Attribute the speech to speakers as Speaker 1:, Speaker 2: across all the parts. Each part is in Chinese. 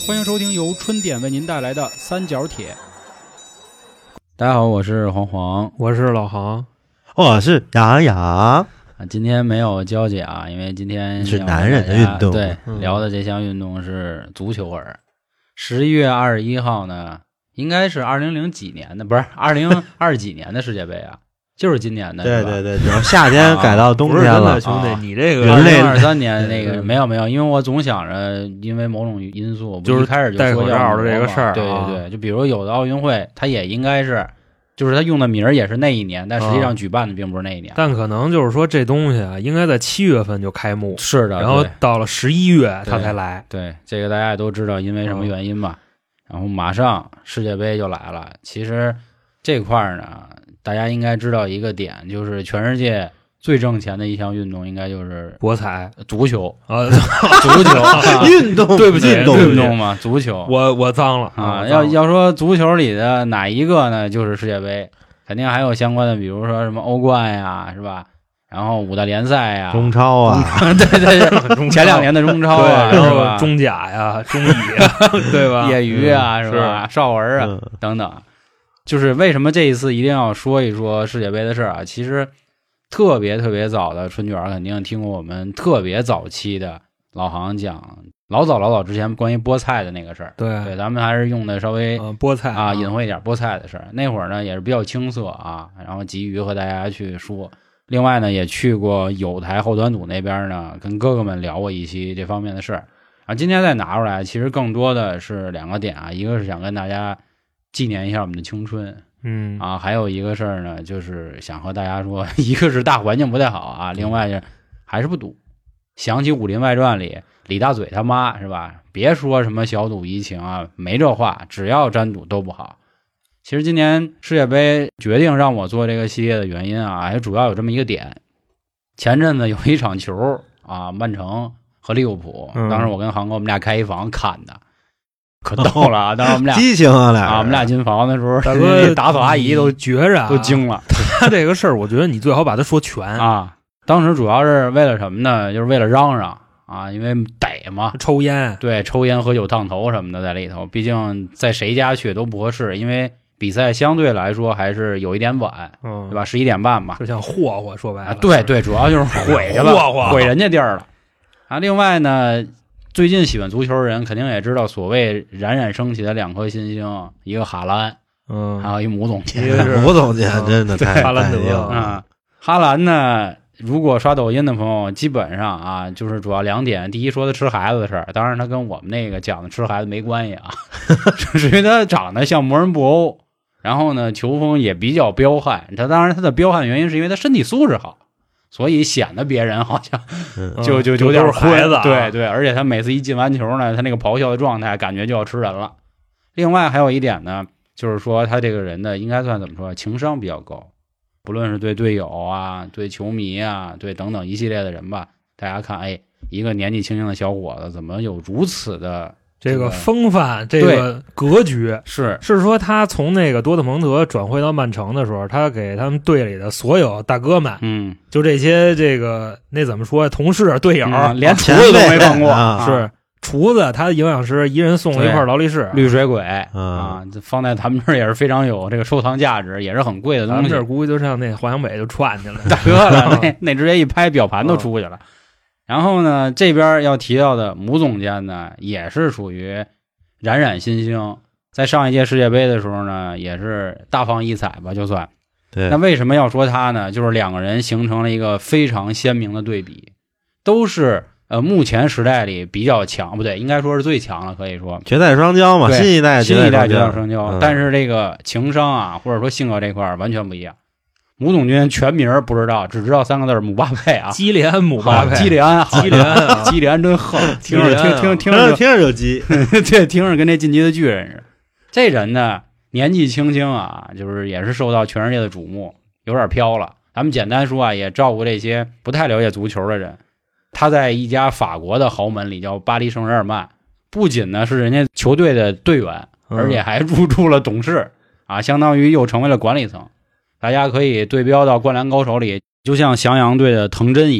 Speaker 1: 欢迎收听由春点为您带来的三角铁。大家好，我是黄黄，
Speaker 2: 我是老杭，
Speaker 3: 我是杨洋。
Speaker 1: 今天没有娇姐啊，因为今天
Speaker 3: 是男人的运动。
Speaker 1: 对，聊的这项运动是足球耳。11月21号呢，应该是2000几年的，不是2020几年的世界杯啊，就是今年的。
Speaker 3: 对对对，然后夏天改到冬天了，
Speaker 2: 不是兄弟，你这个
Speaker 1: 2023年那个没有，因为我总想着，因为某种因素，
Speaker 2: 就是
Speaker 1: 一开始就
Speaker 2: 戴
Speaker 1: 说
Speaker 2: 口罩的这个事儿。
Speaker 1: 对对对，就比如有的奥运会，它也应该是。就是他用的名儿也是那一年，但实际上举办的并不是那一年。
Speaker 2: 但可能就是说这东西啊，应该在7月份就开幕，
Speaker 1: 是的，
Speaker 2: 然后到了11月他才来。
Speaker 1: 对，这个大家也都知道，因为什么原因吧。然后马上世界杯就来了。其实这块儿呢，大家应该知道一个点，就是全世界最挣钱的一项运动，应该就是
Speaker 2: 博彩、
Speaker 1: 足球
Speaker 2: 啊，
Speaker 1: 足球
Speaker 3: 运动，
Speaker 2: 对不起，
Speaker 1: 运动嘛，足球。
Speaker 2: 我脏了
Speaker 1: 啊！要说足球里的哪一个呢？就是世界杯，肯定还有相关的，比如说什么欧冠呀，是吧？然后5大联赛呀，
Speaker 3: 中超啊，
Speaker 1: 对对对，前2年的中超啊，是吧？
Speaker 2: 中甲呀，中乙呀，对吧？
Speaker 1: 业余啊，是吧？少儿啊，等等。就是为什么这一次一定要说一说世界杯的事儿啊？其实特别早的春卷肯定听过我们特别早期的老行讲老早之前关于菠菜的那个事儿。对，咱们还是用的稍微
Speaker 2: 菠菜
Speaker 1: 啊隐晦一点菠菜的事儿。那会儿呢也是比较青涩啊，然后急于和大家去说。另外呢也去过有台后端组那边呢，跟哥哥们聊过一期这方面的事儿。啊，今天再拿出来，其实更多的是2个点啊，一个是想跟大家纪念一下我们的青春。还有一个事儿呢，就是想和大家说，一个是大环境不太好啊，另外还是不赌。想起《武林外传》里李大嘴他妈是吧？别说什么小赌怡情啊，没这话，只要沾赌都不好。其实今年世界杯决定让我做这个系列的原因啊，还主要有这么一个点。前阵子有一场球啊，曼城和利物浦，当时我跟航哥我们俩开一房看的。可逗了啊！当时我们俩
Speaker 3: 激情啊，
Speaker 1: 我们俩进房的时候，
Speaker 2: 大哥
Speaker 1: 打扫阿姨都
Speaker 2: 觉着
Speaker 1: 都惊了。
Speaker 2: 他这个事儿，我觉得你最好把它说全
Speaker 1: 啊。当时主要是为了什么呢？就是为了嚷嚷啊，因为逮嘛，
Speaker 2: 抽烟，
Speaker 1: 对，抽烟喝酒烫头什么的在里头。毕竟在谁家去都不合适，因为比赛相对来说还是有一点晚，对吧？11点半吧，
Speaker 2: 就像霍霍说白了，
Speaker 1: 对，主要就是毁去了，毁人家地儿了啊。另外呢。最近喜欢足球的人肯定也知道，所谓冉冉升起的2颗新星，一个哈兰，还有一姆总监，
Speaker 3: 姆总监真的太
Speaker 2: 哈兰德
Speaker 1: 啊。哈兰呢，如果刷抖音的朋友，基本上啊，就是主要2点。第一，说他吃孩子的事儿，当然他跟我们那个讲的吃孩子没关系啊，是因为他长得像魔人布欧，然后呢，球风也比较彪悍。当然他的彪悍原因是因为他身体素质好。所以显得别人好像就有点
Speaker 2: 孩子，
Speaker 1: 对，而且他每次一进完球呢，他那个咆哮的状态感觉就要吃人了。另外还有一点呢，就是说他这个人呢，应该算怎么说，情商比较高，不论是对队友啊、对球迷啊、对等等一系列的人吧，大家看，一个年纪轻轻的小伙子怎么有如此的
Speaker 2: 这个风范，这个格局，
Speaker 1: 是
Speaker 2: 说他从那个多特蒙德转会到曼城的时候，他给他们队里的所有大哥们，就这些这个那怎么说，同事队友，
Speaker 1: 连厨子都没放过，
Speaker 2: 是厨子，他的营养师一人送了一块劳力士
Speaker 1: 绿水鬼啊，放在咱们这儿也是非常有这个收藏价值，也是很贵的东西。
Speaker 2: 咱们这儿估计就像那华强北就串去了，
Speaker 1: 大哥了，那直接一拍表盘都出去了。然后呢，这边要提到的姆总监呢，也是属于冉冉新星，在上一届世界杯的时候呢，也是大放异彩吧，就算。
Speaker 3: 对。
Speaker 1: 那为什么要说他呢？就是2个人形成了一个非常鲜明的对比，都是目前时代里比较强，不对，应该说是最强了，可以说
Speaker 3: 绝代双骄嘛，新一代绝代
Speaker 1: 双骄。但是这个情商啊，或者说性格这块完全不一样。姆总监全名不知道，只知道3个字姆巴佩啊，
Speaker 2: 基里安姆巴佩，
Speaker 1: 基里安真横，听着
Speaker 3: 就急，
Speaker 1: 对，听着跟那进击的巨人似的。这人呢，年纪轻轻啊，就是也是受到全世界的瞩目，有点飘了。咱们简单说啊，也照顾这些不太了解足球的人。他在一家法国的豪门里叫巴黎圣日耳曼，不仅呢是人家球队的队员，而且还入驻了董事啊，相当于又成为了管理层。大家可以对标到灌篮高手里，就像翔阳队的藤真一样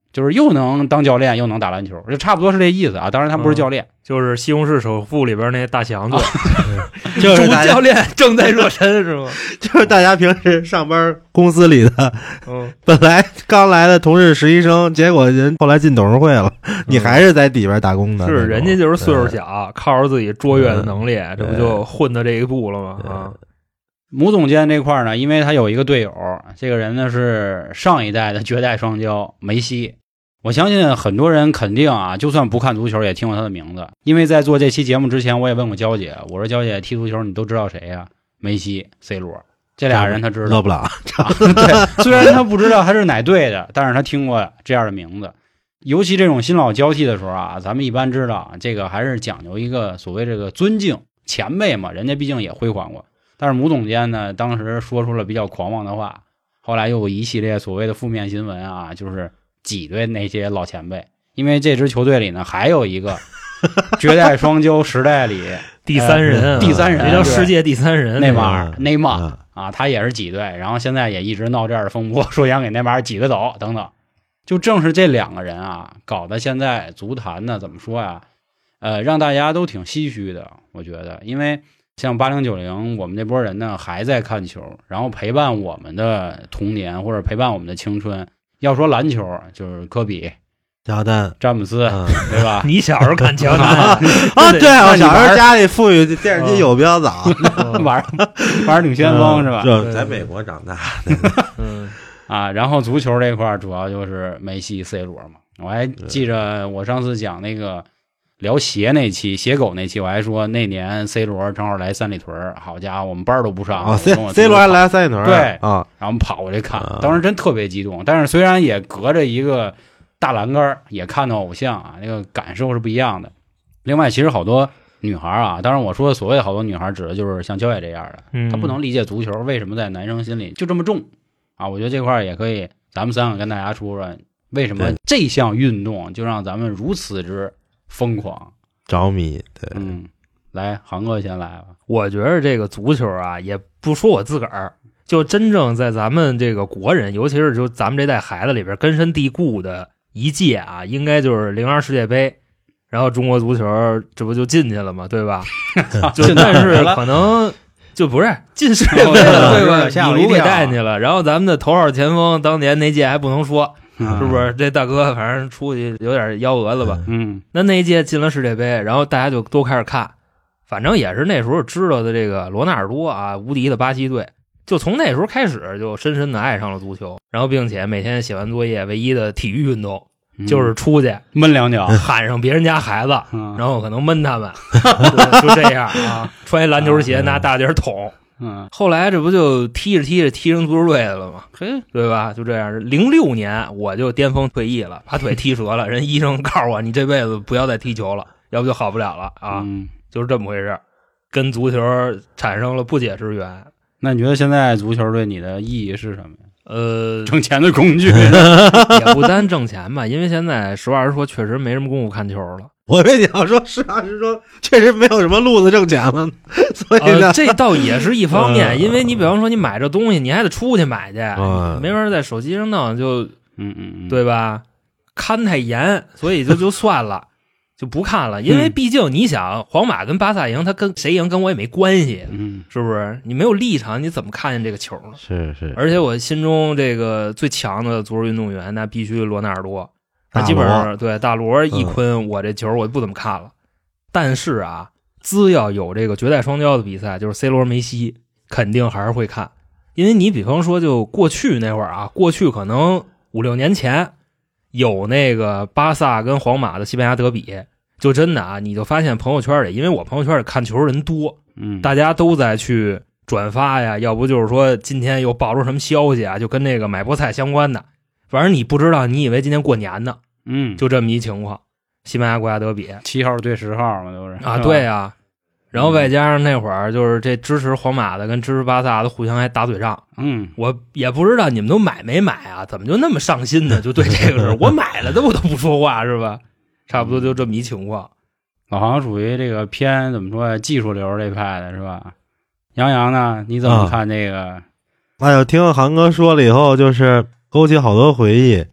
Speaker 1: 就是又能当教练又能打篮球，就差不多是这意思啊。当然他不是教练，
Speaker 2: 就是《西红柿首富》里边那大强队，
Speaker 3: 就是
Speaker 2: 主教练正在热身是吗？
Speaker 3: 就是大家平时上班公司里的，本来刚来的同事实习生，结果人后来进董事会了，你还是在底边打工的。
Speaker 2: 是人家就是岁数小，靠着自己卓越的能力，这不就混到这一步了吗？啊。
Speaker 1: 母总监这块呢，因为他有一个队友，这个人呢是上一代的绝代双骄梅西。我相信很多人肯定啊，就算不看足球也听过他的名字，因为在做这期节目之前，我也问过娇姐，我说娇姐踢足球你都知道谁呀？梅西、C 罗，这俩人他知道。
Speaker 3: 勒布朗，
Speaker 1: 对，虽然他不知道他是哪队的，但是他听过这样的名字。尤其这种新老交替的时候啊，咱们一般知道这个还是讲究一个所谓这个尊敬前辈嘛，人家毕竟也辉煌过。但是母总监呢，当时说出了比较狂妄的话，后来又有一系列所谓的负面新闻啊，就是挤兑那些老前辈。因为这支球队里呢，还有一个绝代双骄时代里
Speaker 2: 第三人，
Speaker 1: 第三人，
Speaker 2: 这叫世界第三人，
Speaker 1: 内马尔啊，他也是挤兑，然后现在也一直闹这样的风波，说想给内马尔挤兑走等等。就正是这两个人啊，搞得现在足坛呢，怎么说呀？让大家都挺唏嘘的，我觉得，因为像80、90，我们这波人呢还在看球，然后陪伴我们的童年或者陪伴我们的青春。要说篮球，就是科比、
Speaker 3: 乔丹、
Speaker 1: 詹姆斯，对吧？
Speaker 2: 你小时候看乔丹
Speaker 3: 啊？对，我小时候家里富裕，电视机有比较早，
Speaker 1: 玩女先锋是吧？
Speaker 3: 就在美国长大的。
Speaker 1: 啊，然后足球这块主要就是梅西、C 罗嘛。我还记着我上次讲那个聊鞋那期，鞋狗那期，我还说那年 C 罗正好来三里屯，好家伙，我们班都不上。
Speaker 3: C 罗还来三里屯，
Speaker 1: 对
Speaker 3: 啊，
Speaker 1: 然后我们跑过去看，当时真特别激动。但是虽然也隔着一个大栏杆，也看到偶像啊，那个感受是不一样的。另外，其实好多女孩啊，当然我说的所谓的好多女孩，指的就是像焦野这样的，她不能理解足球为什么在男生心里就这么重啊。我觉得这块也可以，咱们三个跟大家说说，为什么这项运动就让咱们如此之疯狂
Speaker 3: 着迷。对，
Speaker 1: 来，航哥先来吧。
Speaker 2: 我觉得这个足球啊，也不说我自个儿，就真正在咱们这个国人，尤其是就咱们这代孩子里边根深蒂固的一届啊，应该就是02世界杯，然后中国足球这不就进去了吗？对吧？就但是可能就不是进世界杯了，对吧？比卢给带进去了，然后咱们的头号前锋当年那届还不能说。是不是这大哥反正出去有点幺蛾子吧？那一届进了世界杯，然后大家就都开始看，反正也是那时候知道的这个罗纳尔多啊，无敌的巴西队，就从那时候开始就深深的爱上了足球，然后并且每天写完作业唯一的体育运动就是出去
Speaker 1: 闷两脚，
Speaker 2: 喊上别人家孩子，然后可能闷他们，就这样啊，穿一篮球鞋拿大点捅。后来这不就踢着踢成足球队了吗？对吧？就这样。06年我就巅峰退役了，把腿踢折了，人医生告诉我你这辈子不要再踢球了，要不就好不了了啊！就是这么回事，跟足球产生了不解之缘。
Speaker 1: 那你觉得现在足球对你的意义是什么呀？挣钱的工具
Speaker 2: 也不单挣钱吧，因为现在实话实说，确实没什么功夫看球了。
Speaker 3: 我以为你要说实话实说，确实没有什么路子挣钱了，所以呢，
Speaker 2: 这倒也是一方面，因为你比方说你买这东西，你还得出去买去，没法在手机上弄，就对吧？看太严，所以就算了，就不看了。因为毕竟你想，皇马跟巴萨赢，他跟谁赢跟我也没关系，是不是？你没有立场，你怎么看见这个球呢？
Speaker 3: 是。
Speaker 2: 而且我心中这个最强的足球运动员，那必须罗纳尔多。基本上对大罗一坤，我这球我就不怎么看了。但是啊，只要有这个绝代双骄的比赛，就是 C 罗、梅西，肯定还是会看。因为你比方说，就过去那会儿啊，过去可能5、6年前有那个巴萨跟皇马的西班牙德比，就真的啊，你就发现朋友圈里，因为我朋友圈里看球人多，大家都在去转发呀，要不就是说今天又爆出什么消息啊，就跟那个买菠菜相关的。反正你不知道，你以为今天过年呢，就这么一情况。西班牙国家德比
Speaker 1: 7号对10号嘛，都是
Speaker 2: 啊，对啊。然后外加上那会儿就是这支持皇马的跟支持巴萨的互相还打嘴仗。我也不知道你们都买没买啊？怎么就那么上心呢？就对这个事，我买了的我都不说话是吧？差不多就这么一情况。
Speaker 1: 老航属于这个偏怎么说呀？技术流这派的是吧？杨洋呢？你怎么看这个？
Speaker 3: 哎呦，听航哥说了以后，就是勾起好多回忆。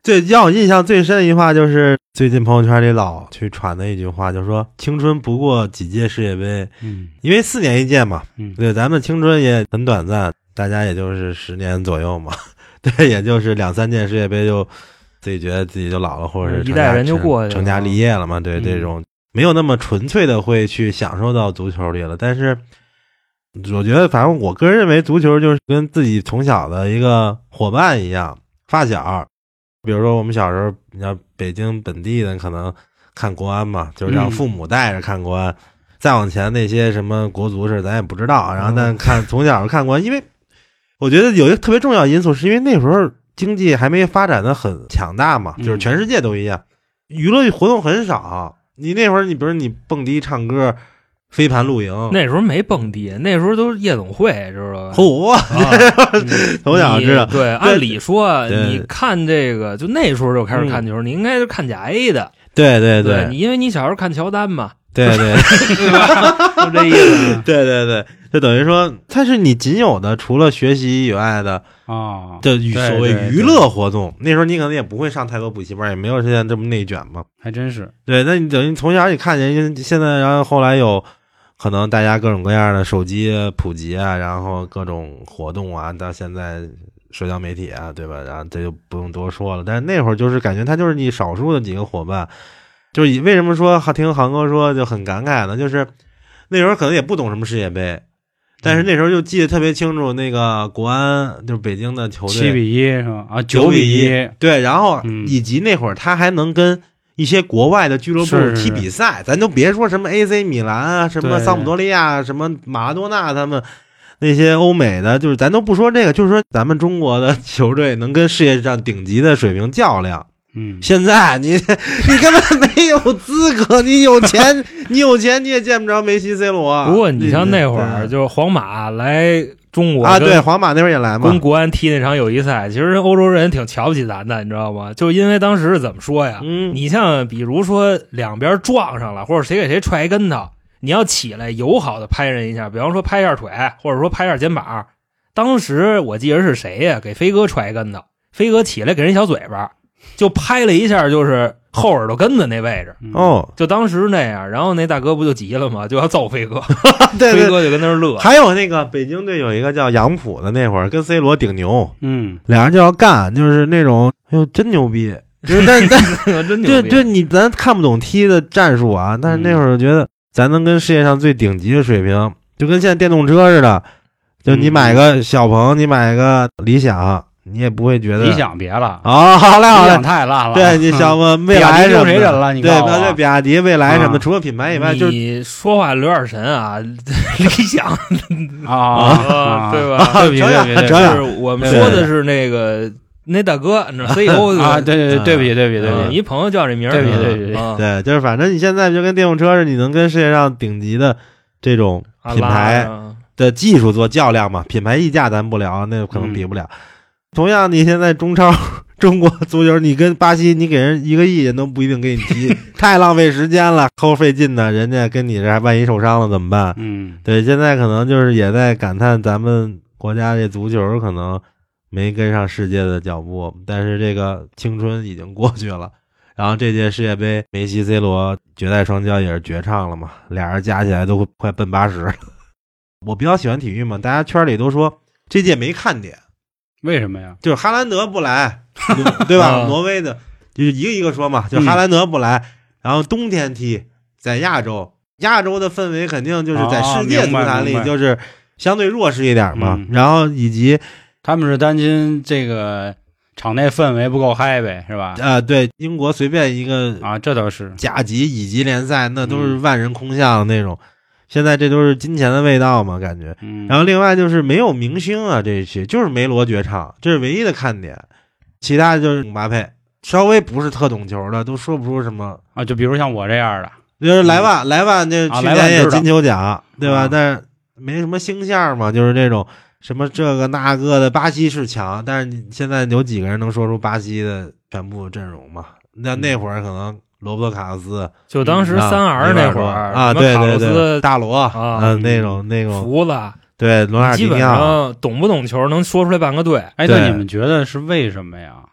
Speaker 3: 最让我印象最深的一句话就是最近朋友圈里老去传的一句话，就是说青春不过几届世界杯，因为4年一届嘛，对，咱们青春也很短暂，大家也就是10年左右嘛，对，也就是2-3届世界杯就自己觉得自己就老了，或者是
Speaker 2: 一代人就过去了，
Speaker 3: 成家立业了嘛，对，这种没有那么纯粹的会去享受到足球里了。但是我觉得反正我个人认为足球就是跟自己从小的一个伙伴一样，发小。比如说我们小时候，你像北京本地的可能看国安嘛，就是让父母带着看国安，再往前那些什么国足是咱也不知道，然后但从小看国安，因为我觉得有一个特别重要的因素，是因为那时候经济还没发展的很强大嘛，就是全世界都一样，娱乐活动很少。你那会儿，你比如你蹦迪、唱歌、飞盘露营，
Speaker 2: 那时候没蹦迪，那时候都是夜总会，知道吧？
Speaker 3: 从小知道。
Speaker 2: 对，按理说你看这个，就那时候就开始看球，你应该是看甲 A 的。
Speaker 3: 对，
Speaker 2: 你因为你小时候看乔丹嘛。
Speaker 3: 对，
Speaker 2: 对吧？就这意思。
Speaker 3: 对，就等于说，它是你仅有的除了学习以外的的所谓娱乐活动。那时候你可能也不会上太多补习班，也没有现在这么内卷嘛。
Speaker 1: 还真是。
Speaker 3: 对，那你等于从小你看见现在，然后后来有可能大家各种各样的手机普及啊，然后各种活动啊，到现在社交媒体啊，对吧？然后这就不用多说了。但是那会儿就是感觉他就是你少数的几个伙伴。就是为什么说听航哥说就很感慨呢？就是那时候可能也不懂什么世界杯，但是那时候就记得特别清楚，那个国安就是北京的球队
Speaker 1: 7-1是吧？啊，9-1，
Speaker 3: 对，然后以及那会儿他还能跟一些国外的俱乐部踢比赛，咱就别说什么 AC 米兰啊，什么桑普多利亚，什么马拉多纳他们那些欧美的，就是咱都不说这个，就是说咱们中国的球队能跟世界上顶级的水平较量。现在你根本没有资格，你有钱你也见不着梅西 C 罗。
Speaker 2: 不过你像那会儿就是皇马来中国
Speaker 3: 啊，对，皇马那会儿也来嘛，
Speaker 2: 跟国安踢那场友谊赛，其实欧洲人挺瞧不起咱的，你知道吗？就因为当时怎么说呀？你像比如说两边撞上了，或者谁给谁踹一跟头，你要起来友好的拍人一下，比方说拍一下腿，或者说拍一下肩膀。当时我记得是谁呀？给飞哥踹一跟头，飞哥起来给人小嘴巴。就拍了一下，就是后耳朵根子那位置就当时那样，然后那大哥不就急了吗？就要揍飞哥，
Speaker 3: 对，
Speaker 2: 飞哥就跟那儿乐。
Speaker 3: 还有那个北京队有一个叫杨浦的，那会儿跟 C 罗顶牛，俩人就要干，就是那种，哎呦，真牛逼，就是但
Speaker 2: 真牛逼，
Speaker 3: 就你咱看不懂踢的战术啊，但是那会儿觉得咱能跟世界上最顶级的水平，就跟现在电动车似的，就你买个小鹏，你买个理想。你也不会觉得
Speaker 1: 理想别了
Speaker 3: 啊，好嘞，
Speaker 1: 理想太烂了。
Speaker 3: 对，你想么未来什么
Speaker 1: 谁人了？你
Speaker 3: 对，比亚迪、未来什么的，除了品牌以外，就
Speaker 2: 你说话留点神啊，理想
Speaker 1: 啊，
Speaker 2: 对吧？
Speaker 1: 对，
Speaker 2: 就是我们说的是那大哥，那 CEO
Speaker 1: 啊，对不起，
Speaker 2: 你朋友叫这名，
Speaker 1: 对不起，
Speaker 3: 对，就是反正你现在就跟电动车似的，你能跟世界上顶级的这种品牌的技术做较量嘛？品牌溢价咱不聊，那可能比不了。同样，你现在中超中国足球，你跟巴西，你给人1个亿人都不一定给你踢，太浪费时间了，齁费劲的。人家跟你这万一受伤了怎么办？对，现在可能就是也在感叹咱们国家这足球可能没跟上世界的脚步，但是这个青春已经过去了。然后这届世界杯，梅西、C 罗绝代双骄也是绝唱了嘛，俩人加起来都快奔80了。我比较喜欢体育嘛，大家圈里都说这届没看点。
Speaker 1: 为什么呀？
Speaker 3: 就是哈兰德不来，对吧？挪威的，就是一个一个说嘛。就哈兰德不来，然后冬天踢在亚洲的氛围肯定就是在世界足坛里就是相对弱势一点嘛。然后以及
Speaker 1: 他们是担心这个场内氛围不够嗨呗，是吧？
Speaker 3: 对，英国随便一个
Speaker 1: 啊，这倒是
Speaker 3: 甲级、乙级联赛，那都是万人空巷的那种。现在这都是金钱的味道嘛，感觉。然后另外就是没有明星啊，这些就是梅罗绝唱，这是唯一的看点。其他的就是姆巴佩，稍微不是特懂球的都说不出什么
Speaker 1: 啊。就比如像我这样的，
Speaker 3: 就是莱万这去年也金球奖，对吧？但是没什么星象嘛，就是这种什么这个那个的。巴西是强，但是你现在有几个人能说出巴西的全部阵容嘛？那会儿可能。罗伯特卡洛斯，
Speaker 2: 就当时3R 那会儿
Speaker 3: 啊，对，大罗啊，那种
Speaker 2: 福子，
Speaker 3: 对，罗纳尔迪尼奥，
Speaker 2: 基本上懂不懂球能说出来半个队。
Speaker 1: 哎，那你们觉得是为什么呀？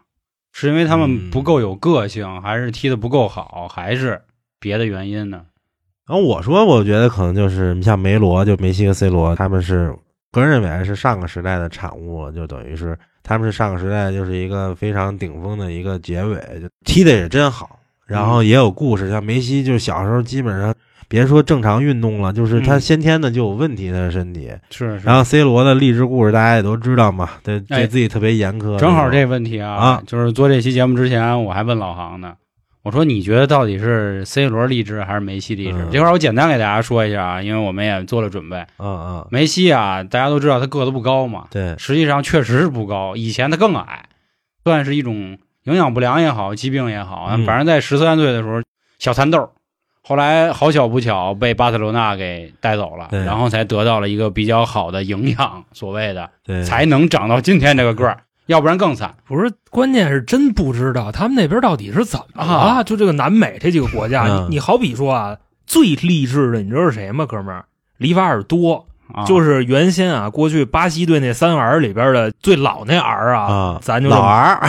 Speaker 1: 是因为他们不够有个性，还是踢得不够好，还是别的原因呢？
Speaker 3: 然后我觉得可能就是你像梅罗，就梅西和 C 罗，他们是个人认为是上个时代的产物，就等于是他们是上个时代就是一个非常顶峰的一个结尾，就踢的也真好，然后也有故事。像梅西就小时候基本上别说正常运动了，就是他先天的就有问题，他的身体
Speaker 1: 是。
Speaker 3: 然后 C 罗的励志故事大家也都知道嘛，对自己特别严苛。
Speaker 1: 正好这问题啊，就是做这期节目之前我还问老航呢，我说你觉得到底是 C 罗励志还是梅西励志？这块儿我简单给大家说一下啊，因为我们也做了准备。梅西啊，大家都知道他个子不高嘛，
Speaker 3: 对，
Speaker 1: 实际上确实是不高，以前他更矮，算是一种营养不良也好，疾病也好，反正在13岁的时候小蚕豆，后来好巧不巧被巴塞罗那给带走了，然后才得到了一个比较好的营养，所谓的才能长到今天这个个儿。要不然更惨。
Speaker 2: 不是，关键是真不知道他们那边到底是怎么了。就这个南美这几个国家，你好比说啊，最励志的你知道是谁吗？哥们儿，里瓦尔多，就是原先啊，过去巴西队那3儿里边的最老那儿啊，咱就
Speaker 3: 老儿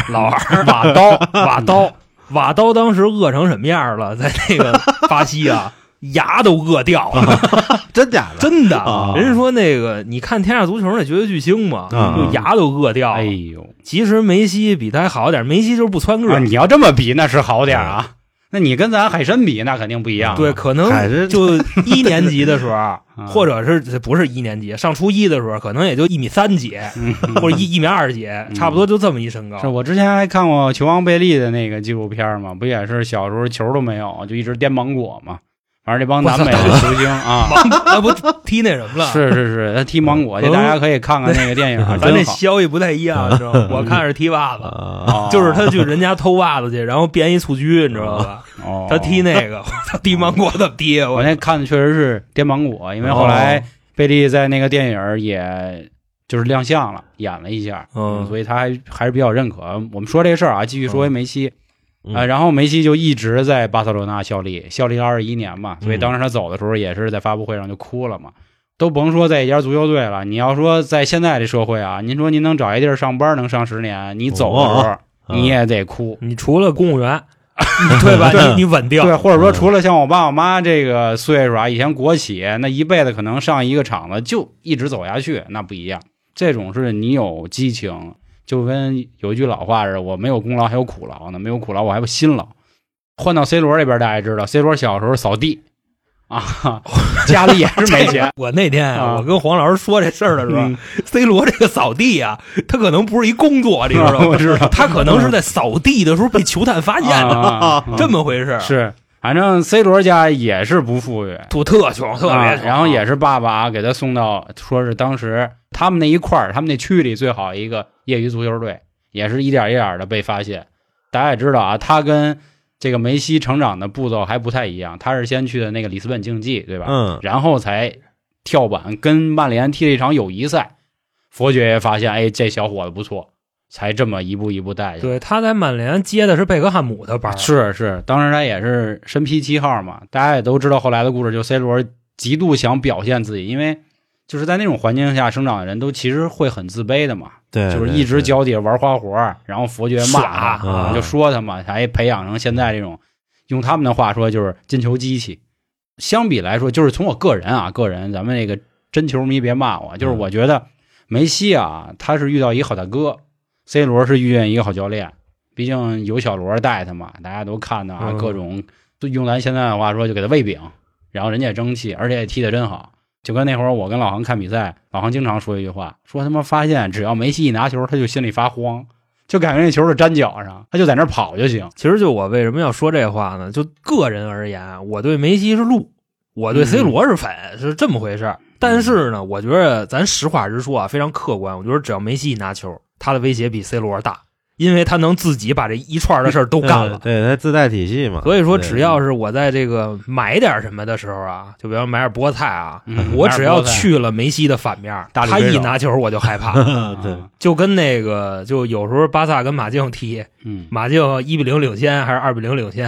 Speaker 2: 瓦刀当时饿成什么样了？在那个巴西啊。牙都饿掉了，
Speaker 3: 真假的？
Speaker 2: 真的。人家说那个，你看天下足球那绝对巨星嘛，就牙都饿掉了。
Speaker 1: 哎呦，
Speaker 2: 其实梅西比他还好点，梅西就是不蹿个
Speaker 1: 你要这么比，那是好点啊。那你跟咱海参比，那肯定不一样。
Speaker 2: 对，可能就1年级的时候，或者是不是1年级，上初1的时候，可能也就1.3米几，或者1.2米几，差不多就这么一身高。
Speaker 1: 是我之前还看过球王贝利的那个纪录片嘛，不也是小时候球都没有，就一直颠芒果嘛。反正这帮南美的球星啊，
Speaker 2: 那不踢那什么了？
Speaker 1: 是，他踢芒果，大家可以看看那个电影。
Speaker 2: 咱这消息不太一样，知道吗？我看是踢袜子，就是他去人家偷袜子去，然后编一蹴鞠，你知道吧？他踢那个，他踢芒果怎么踢？
Speaker 1: 我那看的确实是颠芒果，因为后来贝利在那个电影也就是亮相了，演了一下，所以他还是比较认可。我们说这事儿啊，继续说回梅西。然后梅西就一直在巴塞罗那效力21年嘛，所以当时他走的时候也是在发布会上就哭了嘛。都甭说在一家足球队了，你要说在现在这社会啊，您说您能找一地儿上班能上10年，你走的时候你也得哭。
Speaker 2: 你除了公务员，对吧？你稳定，
Speaker 1: 对，或者说除了像我爸我妈这个岁数啊，以前国企那一辈子可能上一个厂子就一直走下去，那不一样。这种是你有激情。就跟有一句老话似的，我没有功劳还有苦劳呢，没有苦劳我还有辛劳。换到 C 罗这边，大家也知道 C 罗小时候扫地啊，家里也是没钱。
Speaker 2: 我那天我跟黄老师说这事儿的时候，C 罗这个扫地啊，他可能不是一工作，你知道吗？
Speaker 1: 我知道，
Speaker 2: 他可能是在扫地的时候被球探发现的，这么回事。
Speaker 1: 是，反正 C 罗家也是不富裕，
Speaker 2: 特穷，特别穷。
Speaker 1: 然后也是爸爸给他送到，说是当时他们那一块儿，他们那区里最好一个业余足球队，也是一点一点的被发现。大家也知道啊，他跟这个梅西成长的步骤还不太一样，他是先去的那个里斯本竞技，对吧？然后才跳板跟曼联踢了一场友谊赛，佛爵也发现，哎，这小伙子不错，才这么一步一步带去。
Speaker 2: 对，他在曼联接的是贝克汉姆的班，
Speaker 1: 是，当时他也是身披7号嘛。大家也都知道后来的故事，就 C 罗极度想表现自己，因为就是在那种环境下生长的人都其实会很自卑的嘛。
Speaker 3: 对，
Speaker 1: 就是一直脚底下玩花活，然后佛爵骂他，就说他嘛，才培养成现在这种，用他们的话说就是金球机器。相比来说，就是从我个人，咱们那个真球迷别骂我，就是我觉得梅西啊，他是遇到一个好大哥，C 罗是遇见一个好教练，毕竟有小罗带他嘛，大家都看到啊，各种用咱现在的话说就给他喂饼，然后人家也争气，而且也踢得真好。就跟那会儿我跟老航看比赛，老航经常说一句话，说他妈发现只要梅西一拿球，他就心里发慌，就感觉那球是粘脚上，他就在那跑就行。
Speaker 2: 其实就我为什么要说这话呢？就个人而言，我对梅西是鹿，我对 C 罗是粉，是这么回事。但是呢，我觉得咱实话实说啊，非常客观。我觉得只要梅西一拿球，他的威胁比 C 罗大。因为他能自己把这一串的事儿都干了，
Speaker 3: 对，他自带体系嘛。
Speaker 2: 所以说，只要是我在这个买点什么的时候啊，就比方买点菠菜啊，我只要去了梅西的反面，他一拿球我就害怕。
Speaker 3: 对，
Speaker 2: 就跟那个，就有时候巴萨跟马竞踢，马竞1-0领先还是2-0领先呀？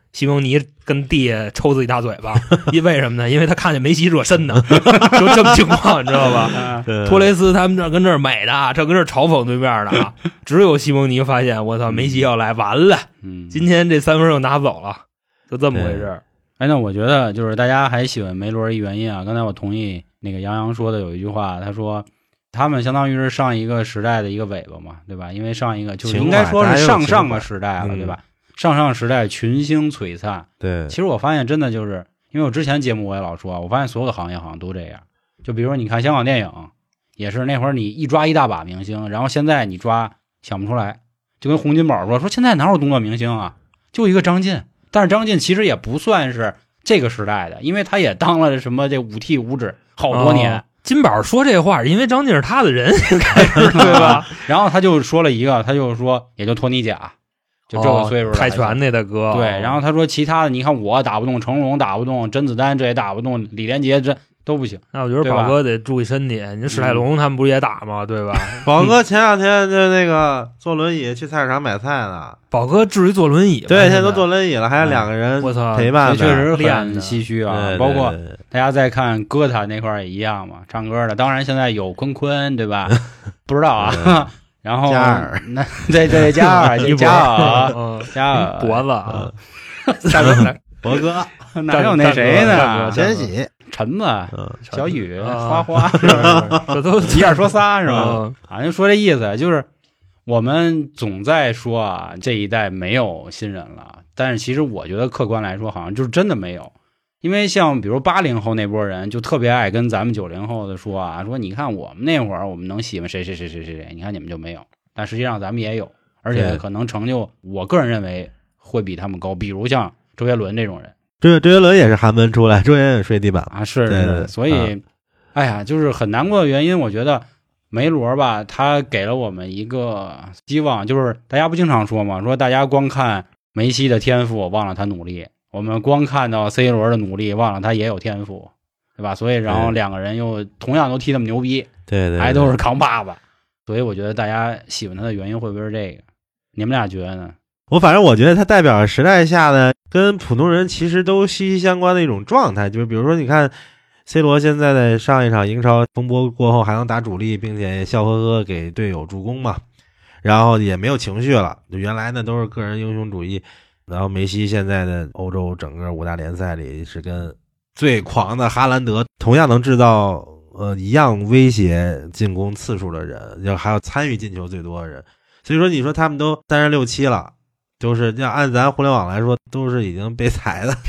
Speaker 2: 西蒙尼跟地下抽自己大嘴巴，为什么呢？因为他看见梅西热身呢，就这么情况，你知道吧？托雷斯他们这跟这儿美的，这跟这儿嘲讽对面的啊，只有西蒙尼发现，我操，梅西要来，完了，今天这3分又拿走了，就这么回事。
Speaker 1: 哎，那我觉得就是大家还喜欢梅罗一原因啊。刚才我同意那个杨洋说的有一句话，他说他们相当于是上一个时代的一个尾巴嘛，对吧？因为上一个就是应该说是上个时代了，对吧？上时代群星璀璨。
Speaker 3: 对，
Speaker 1: 其实我发现真的就是因为我之前节目我也老说，我发现所有的行业好像都这样。就比如说你看香港电影，也是那会儿你一抓一大把明星，然后现在你抓想不出来，就跟洪金宝说现在哪有动作明星啊，就一个张晋。但是张晋其实也不算是这个时代的，因为他也当了什么这五 T 五指好多年。
Speaker 2: 金宝说这话是因为张晋是他的人，对吧？
Speaker 1: 然后他就说了一个，他就说也就托尼贾，就这个岁数
Speaker 2: 泰拳那大哥。
Speaker 1: 对，然后他说其他的，你看我打不动，成龙打不动，甄子丹这也打不动，李连杰这都不行。
Speaker 2: 那我觉得宝哥得注意身体，你史泰龙他们不是也打吗？对吧？
Speaker 3: 宝哥前2天就那个坐轮椅去菜市场买菜呢。
Speaker 2: 宝哥至于坐轮椅吗？
Speaker 3: 对，现在都坐轮椅了，还有2个人陪伴，
Speaker 1: 确实很唏嘘啊。包括大家再看歌坛那块也一样嘛，唱歌的，当然现在有坤坤，对吧？不知道啊。然后
Speaker 3: 加尔，
Speaker 1: 那对加尔，加尔
Speaker 2: 脖子啊，
Speaker 3: 博哥，
Speaker 1: 哪有那谁呢？
Speaker 3: 千玺、
Speaker 1: 陈子、小雨、花花，
Speaker 2: 这都
Speaker 1: 一下说仨是吧？啊，就说这意思，就是我们总在说啊，这一代没有新人了，但是其实我觉得客观来说，好像就是真的没有。因为像比如80后那波人，就特别爱跟咱们90后的说啊，说你看我们那会儿，我们能喜欢谁，你看你们就没有。但实际上咱们也有，而且可能成就，我个人认为会比他们高。比如像周杰伦这种人，
Speaker 3: 周杰伦也是寒门出来，周杰伦也睡地板
Speaker 1: 啊，是，所以，哎呀，就是很难过的原因，我觉得梅罗吧，他给了我们一个希望，就是大家不经常说嘛，说大家光看梅西的天赋，忘了他努力。我们光看到 C 罗的努力，忘了他也有天赋，对吧？所以然后2个人又同样都踢那么牛逼，
Speaker 3: 对，
Speaker 1: 还都是扛爸爸，所以我觉得大家喜欢他的原因会不会是这个？你们俩觉得呢？
Speaker 3: 反正我觉得他代表时代下的跟普通人其实都息息相关的一种状态，就是比如说你看 C 罗现在在上一场英超风波过后还能打主力，并且笑呵呵给队友助攻嘛，然后也没有情绪了，原来呢都是个人英雄主义。然后梅西现在的欧洲整个5大联赛里是跟最狂的哈兰德同样能制造一样威胁进攻次数的人，还有参与进球最多的人。所以说你说他们都36、7了，就是要按咱互联网来说都是已经被裁的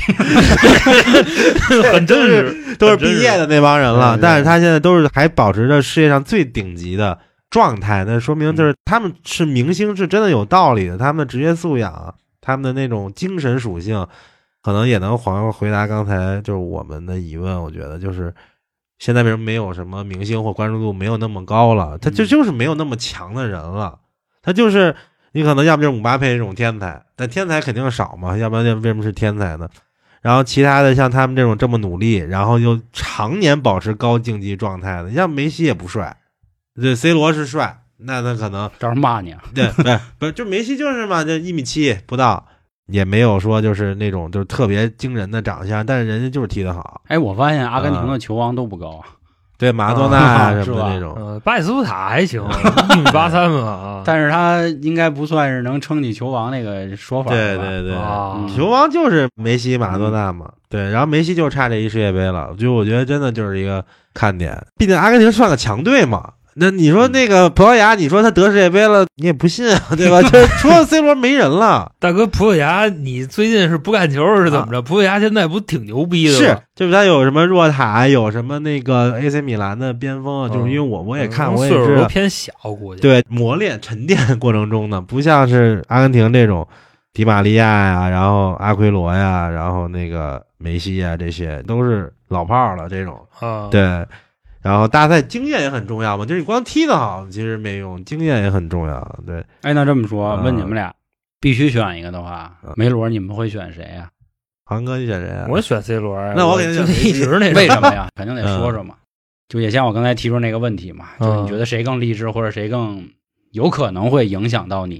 Speaker 2: 很真实，
Speaker 3: 都是毕业的那帮人了，但是他现在都是还保持着世界上最顶级的状态，那说明就是他们是明星是真的有道理的，他们的职业素养，他们的那种精神属性可能也能回答刚才就是我们的疑问。我觉得就是现在为什么没有什么明星或关注度没有那么高了，他就是没有那么强的人了，他就是你可能要不就是姆巴佩这种天才，但天才肯定少嘛，要不然为什么是天才呢？然后其他的像他们这种这么努力，然后又常年保持高竞技状态的，像梅西也不帅，对 C 罗是帅，那他可能
Speaker 1: 找人骂你啊？
Speaker 3: 对，不是就梅西就是嘛，就1.7米不到，也没有说就是那种就是特别惊人的长相，但是人家就是踢得好。
Speaker 1: 哎，我发现阿根廷的球王都不高啊。
Speaker 3: 对，马拉多纳什么的那种，
Speaker 2: 巴蒂斯图塔还行，1.83米嘛，
Speaker 1: 但是他应该不算是能撑起球王那个说法。
Speaker 3: 对，球王就是梅西、马拉多纳嘛。对，然后梅西就差这一世界杯了，就我觉得真的就是一个看点。毕竟阿根廷算个强队嘛。那你说那个葡萄牙，你说他得世界杯了，你也不信啊，对吧？就是除了 C 罗没人了。
Speaker 2: 大哥，葡萄牙你最近是不干球是怎么着？葡萄牙现在不挺牛逼的吗？
Speaker 3: 是，就是他有什么若塔，有什么那个 AC 米兰的边锋，就是因为我也看，我也知道
Speaker 2: 偏小，估计
Speaker 3: 对磨练沉淀过程中呢，不像是阿根廷这种迪玛利亚呀，然后阿奎罗呀，然后那个梅西呀，这些都是老炮了这种对。然后大赛经验也很重要嘛，就是你光踢得好其实没用，经验也很重要。对，
Speaker 1: 哎，那这么说，问你们俩，必须选一个的话，梅罗你们会选谁呀？
Speaker 3: 航哥你选谁啊？
Speaker 2: 我选 C 罗。
Speaker 3: 那我肯定选
Speaker 2: 一直那
Speaker 1: 为什么呀？肯定得说说嘛。就也像我刚才提出那个问题嘛，就是你觉得谁更励志，或者谁更有可能会影响到你？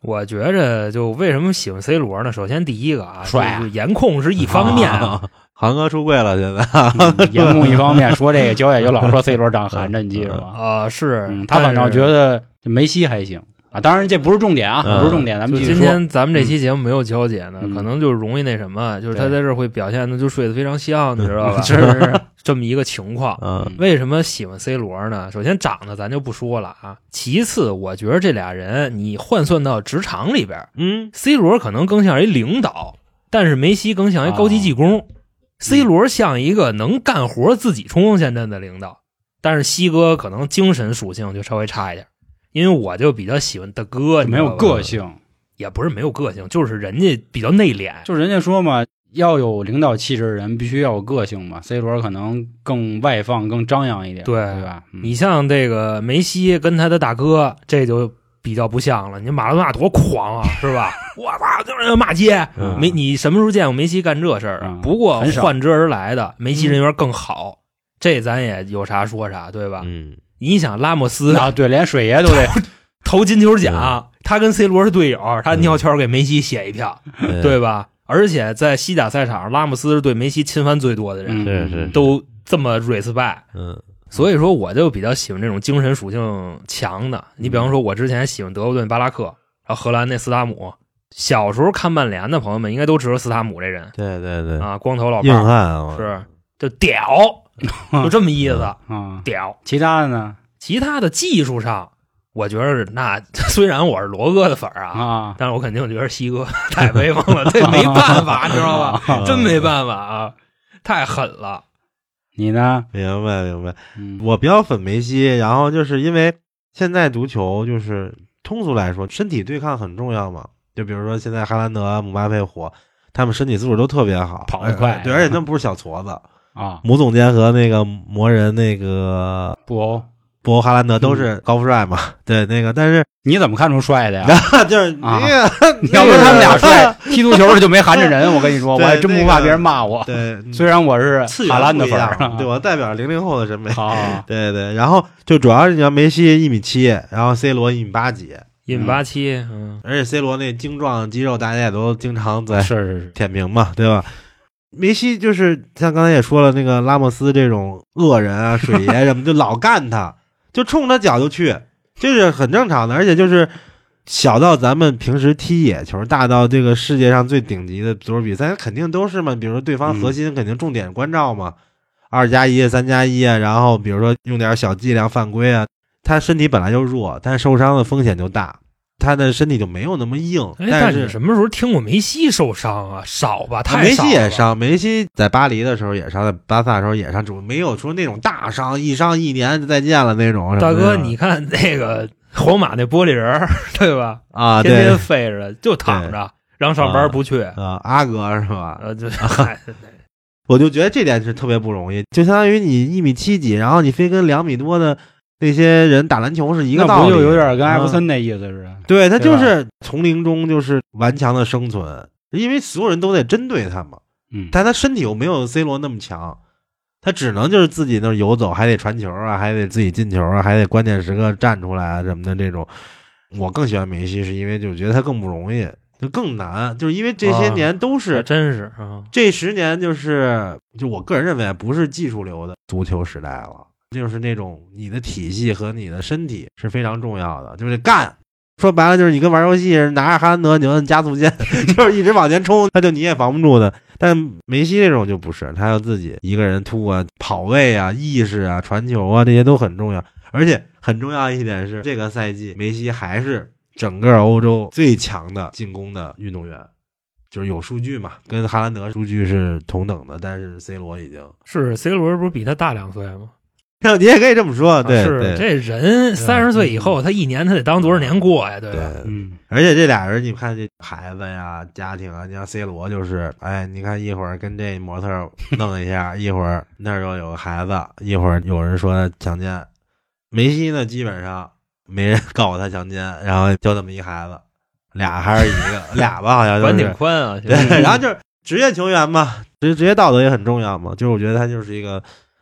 Speaker 2: 我觉着就为什么喜欢 C 罗呢？首先第一个啊，
Speaker 1: 帅啊，
Speaker 2: 就是颜控是一方面
Speaker 3: 航哥出柜了，现在
Speaker 1: 颜控一方面说这个，焦野就老说 C 罗长寒碜，你记着吧？
Speaker 2: 是，
Speaker 1: 他反倒觉得梅西还行啊。当然这不是重点啊，不是重点，咱们继续说。
Speaker 2: 今天咱们这期节目没有焦姐呢，可能就容易那什么，就是他在这儿会表现的就睡得非常香，你知道吧？是这么一个情况。为什么喜欢 C 罗呢？首先长得咱就不说了啊，其次我觉得这俩人你换算到职场里边，C 罗可能更像一领导，但是梅西更像一高级技工。C 罗像一个能干活自己冲锋陷阵的领导，但是西哥可能精神属性就稍微差一点，因为我就比较喜欢大哥，
Speaker 1: 没有个性，
Speaker 2: 也不是没有个性，就是人家比较内敛，
Speaker 1: 就是人家说嘛，要有领导气质的人必须要有个性嘛。C 罗可能更外放、更张扬一点，对吧？
Speaker 2: 你像这个梅西跟他的大哥，这就比较不像了。你马拉多纳多狂啊，是吧？我操，就是骂街。你什么时候见过梅西干这事儿啊？不过换之而来的梅西人缘更好，这咱也有啥说啥，对吧？你想拉莫斯
Speaker 1: 啊，对，连水爷都得
Speaker 2: 投金球奖，他跟 C 罗是队友，他尿圈给梅西写一票，对吧？而且在西甲赛场上，拉莫斯是对梅西侵犯最多的人，
Speaker 3: 是
Speaker 2: 都这么 respect。所以说我就比较喜欢这种精神属性强的。你比方说，我之前喜欢德国队巴拉克，然后荷兰那斯塔姆。小时候看曼联的朋友们应该都知道斯塔姆这人，
Speaker 3: 对
Speaker 2: 啊，光头老
Speaker 3: 硬汉
Speaker 2: 是就屌，就这么意思屌。
Speaker 1: 其他的呢？
Speaker 2: 其他的技术上，我觉得那虽然我是罗哥的粉儿啊，但是我肯定觉得西哥太威风了，这没办法，你知道吧？真没办法啊，太狠了。
Speaker 1: 你呢？
Speaker 3: 明白。我比较粉梅西，然后就是因为现在足球就是通俗来说，身体对抗很重要嘛。就比如说现在哈兰德、姆巴佩火，他们身体素质都特别好，
Speaker 1: 跑得快，
Speaker 3: 对，而且他们不是小矬子
Speaker 1: 啊。
Speaker 3: 姆总监和那个魔人那个布欧哈兰德都是高富帅嘛，对那个，但是
Speaker 1: 你怎么看出帅的呀？
Speaker 3: 就是
Speaker 1: 要不是他们俩帅，踢足球就没含着人。我跟你说，我还真不怕别人骂我。
Speaker 3: 对，
Speaker 1: 虽然我是哈兰的粉儿，
Speaker 3: 对我代表00后的审美。对，然后就主要是你像梅西1.7米，然后 C 罗1.8几米。
Speaker 2: 1.87米，
Speaker 3: 而且 C 罗那精壮肌肉，大家也都经常在
Speaker 1: 是
Speaker 3: 舔屏嘛，对吧？梅西就是像刚才也说了，那个拉莫斯这种恶人啊、水爷什么，就老干他，就冲他脚就去，这是很正常的。而且就是小到咱们平时踢野球，大到这个世界上最顶级的足球比赛，肯定都是嘛。比如说对方核心肯定重点关照嘛，2+1、3+1啊，然后比如说用点小伎俩犯规啊。他身体本来就弱，但受伤的风险就大，他的身体就没有那么硬。
Speaker 2: 但是你什么时候听过梅西受伤啊？少吧，太少了。
Speaker 3: 梅西也伤，梅西在巴黎的时候也伤，在巴萨的时候也伤，只没有说那种大伤，一伤1年就再见了那种。
Speaker 2: 大哥，你看那个皇马那玻璃人，对吧？
Speaker 3: 啊，
Speaker 2: 天天废着就躺着，让上班不去
Speaker 3: 啊。阿哥是吧？
Speaker 2: 就
Speaker 3: 我就觉得这点是特别不容易，就相当于你1.7米几，然后你非跟2米多的那些人打篮球是一个道理，
Speaker 1: 那不就有点跟艾弗森那意思似的？
Speaker 3: 对，他就是丛林中就是顽强的生存，因为所有人都在针对他嘛。但他身体又没有 C 罗那么强，他只能就是自己那游走，还得传球啊，还得自己进球啊，还得关键时刻站出来啊什么的这种。我更喜欢梅西，是因为就觉得他更不容易，就更难，就是因为这些年都是
Speaker 2: 真是
Speaker 3: 这10年就我个人认为不是技术流的足球时代了。就是那种你的体系和你的身体是非常重要的，就是干。说白了就是你跟玩游戏拿着哈兰德，你按加速键，就是一直往前冲，他就你也防不住的。但梅西这种就不是，他要自己一个人突啊、跑位啊、意识啊、传球啊，这些都很重要。而且很重要一点是，这个赛季梅西还是整个欧洲最强的进攻的运动员。就是有数据嘛，跟哈兰德数据是同等的，但是 C 罗已经
Speaker 2: 是 C 罗不是比他大2岁吗？
Speaker 3: 你也可以这么说，对，
Speaker 2: 是这人30岁以后，他一年他得当多少年过呀，对吧？
Speaker 3: 而且这俩人，你看这孩子呀、家庭啊，你像 C 罗就是，你看一会儿跟这模特弄一下，一会儿那儿又有个孩子，一会儿有人说强奸。梅西呢，基本上没人告他强奸，然后就这么一孩子，俩还是一个俩吧，好像
Speaker 2: 管挺宽啊。
Speaker 3: 对，然后就是职业球员嘛，职业道德也很重要嘛，就是我觉得他就是一个。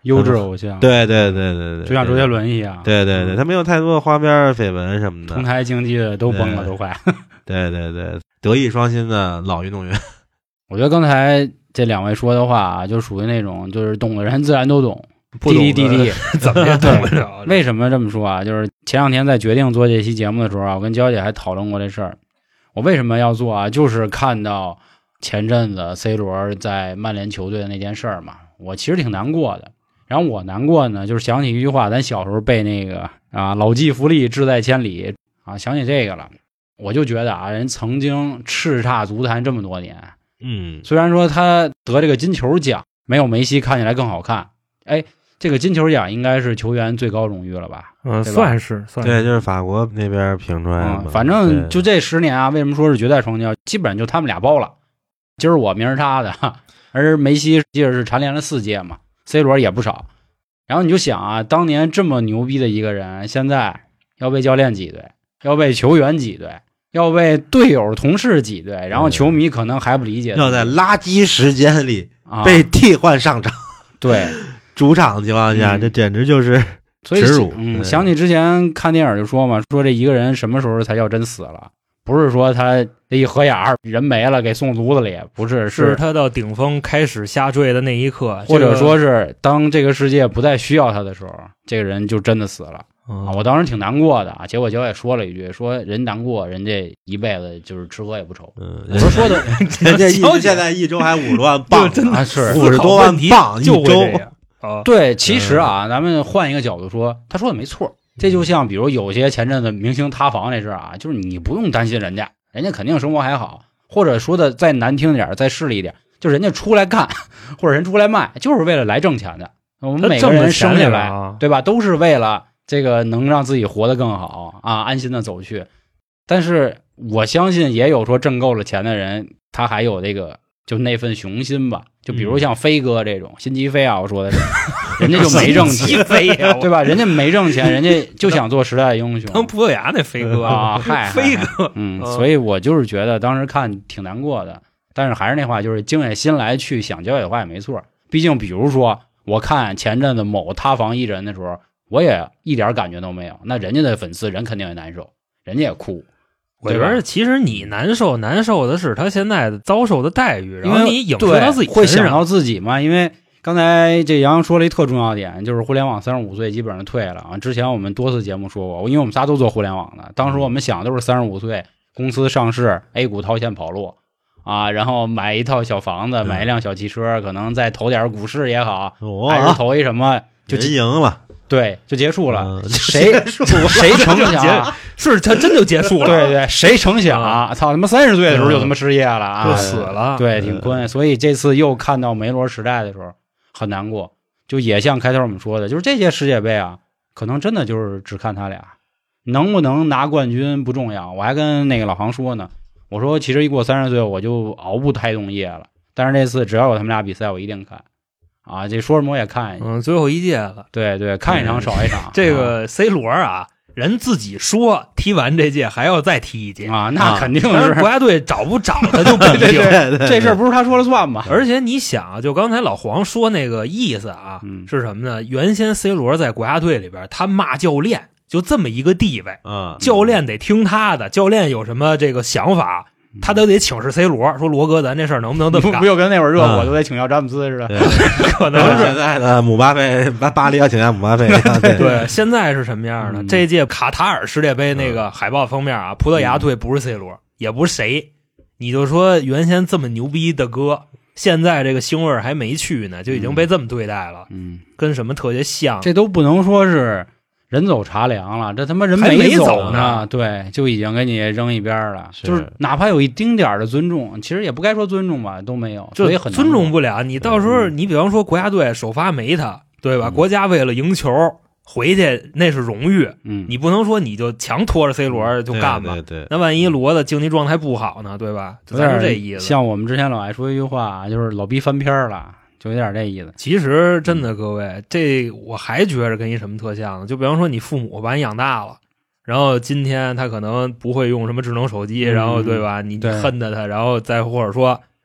Speaker 1: 优质偶像，
Speaker 3: 对，
Speaker 1: 就像周杰伦一样，
Speaker 3: 对，他没有太多的花边绯闻什么的，
Speaker 1: 同台竞技的都崩了，都快。
Speaker 3: 对，德艺双馨的老运动员。
Speaker 1: 我觉得刚才这两位说的话啊，就属于那种就是懂的人自然都懂，滴
Speaker 2: 怎么也懂不了。
Speaker 1: 为什么这么说啊？就是前两天在决定做这期节目的时候啊，我跟娇姐还讨论过这事儿。我为什么要做啊？就是看到前阵子 C 罗在曼联球队的那件事儿嘛，我其实挺难过的。然后我难过呢，就是想起一句话，咱小时候背那个啊，老骥伏枥，志在千里啊，想起这个了。我就觉得啊，人曾经叱咤足坛这么多年，虽然说他得这个金球奖没有梅西看起来更好看，哎，这个金球奖应该是球员最高荣誉了吧？
Speaker 2: 算是。
Speaker 3: 对，就是法国那边评出来的。
Speaker 1: 反正就这10年啊，为什么说是绝代双骄？基本上就他们俩包了，今儿我明儿他的，而梅西记得是蝉联了4届嘛。C 罗也不少，然后你就想啊，当年这么牛逼的一个人，现在要被教练挤兑，要被球员挤兑，要被队友同事挤兑，然后球迷可能还不理解，
Speaker 3: 要在垃圾时间里被替换上场，
Speaker 1: 对，
Speaker 3: 主场的情况下，这简直就是耻辱。
Speaker 1: 想起之前看电影就说嘛，说这一个人什么时候才叫真死了？不是说他这一合眼人没了给送炉子里，不是，
Speaker 2: 是他到顶峰开始下坠的那一刻，
Speaker 1: 或者说是当这个世界不再需要他的时候，这个人就真的死了。我当时挺难过的啊，结果娇也说了一句，说人难过，人这一辈子就是吃喝也不愁。
Speaker 3: 我说的，人家现在一周还50多万镑，
Speaker 2: 真的
Speaker 1: 是
Speaker 3: 50多万镑一周。
Speaker 1: 对，其实啊，咱们换一个角度说，他说的没错。这就像比如有些前阵子明星塌房那事啊，就是你不用担心人家肯定生活还好，或者说的再难听点，再势利一点，就人家出来干或者人出来卖，就是为了来挣钱的。我们每个人生下来，对吧，都是为了这个能让自己活得更好啊，安心的走去。但是我相信也有说挣够了钱的人，他还有这个就那份雄心吧。就比如像飞哥这种，辛吉飞啊，我说的是，人家就没挣钱，对吧？人家没挣钱，人家就想做时代英雄。
Speaker 2: 当葡萄牙那飞哥
Speaker 1: 啊，嗨，
Speaker 2: 飞哥，
Speaker 1: 所以我就是觉得当时看挺难过的。但是还是那话，就是静下心来去想交的话也没错。毕竟，比如说我看前阵子某塌房艺人的时候，我也一点感觉都没有。那人家的粉丝人肯定也难受，人家也哭。
Speaker 2: 我觉得其实你难受的是他现在遭受的待遇，然后你影射到自己身上，
Speaker 1: 会想到自己嘛？因为刚才这杨说了一特重要点，就是互联网35岁基本上退了啊。之前我们多次节目说过，因为我们仨都做互联网的，当时我们想的都是35岁，公司上市 ，A 股掏钱跑路啊，然后买一套小房子，买一辆小汽车，可能再投点股市也好，还是投一什么就
Speaker 3: 赢了。
Speaker 1: 对，就结束了。谁成想
Speaker 2: 是他真就结束了？
Speaker 1: 对，谁成想操他妈30岁的时候就他妈失业了啊，
Speaker 2: 就死了。
Speaker 1: 对，挺困。所以这次又看到梅罗时代的时候很难过，就也像开头我们说的，就是这届世界杯啊，可能真的就是只看他俩能不能拿冠军不重要。我还跟那个老航说呢，我说其实一过30岁我就熬不太动夜了，但是这次只要有他们俩比赛我一定看。啊，这说什么我也看一下。
Speaker 2: 最后一届了，
Speaker 1: 对，看一场少一场。
Speaker 2: 这个 C 罗啊，人自己说踢完这届还要再踢一届
Speaker 1: 啊，那肯定
Speaker 2: 是国家队找不找他就不一定。
Speaker 1: 这事儿不是他说了算吧？
Speaker 2: 而且你想，就刚才老黄说那个意思啊，是什么呢？原先 C 罗在国家队里边，他骂教练就这么一个地位，教练得听他的，教练有什么这个想法。他都得请示 C 罗，说罗哥，咱这事儿能不能这么干？
Speaker 1: 不就跟那会儿热火都得请教詹姆斯似的，
Speaker 2: 可能是
Speaker 3: 现在的姆巴佩，巴黎要请教姆巴佩。
Speaker 2: 对，现在是什么样的？这届卡塔尔世界杯那个海报封面啊，葡萄牙队不是 C 罗，也不是谁，你就说原先这么牛逼的哥，现在这个腥味还没去呢，就已经被这么对待了，跟什么特别像？
Speaker 1: 这都不能说是。人走茶凉了，这他妈人
Speaker 2: 没
Speaker 1: 走呢，对，就已经给你扔一边了。就是哪怕有一丁点的尊重，其实也不该说尊重吧，都没有，所以很
Speaker 2: 尊重不了。你到时候，你比方说国家队首发没他，对吧？国家为了赢球回去那是荣誉，你不能说你就强拖着 C 罗就干吧。
Speaker 3: 对，
Speaker 2: 那万一罗的竞技状态不好呢，对吧？咱是这意思。
Speaker 1: 像我们之前老爱说一句话，就是老逼翻篇了。就有点这意思。
Speaker 2: 其实真的各位，这我还觉着跟一什么特像呢？就比方说你父母把你养大了，然后今天他可能不会用什么智能手机，然后对吧？你恨着他，然后再或者说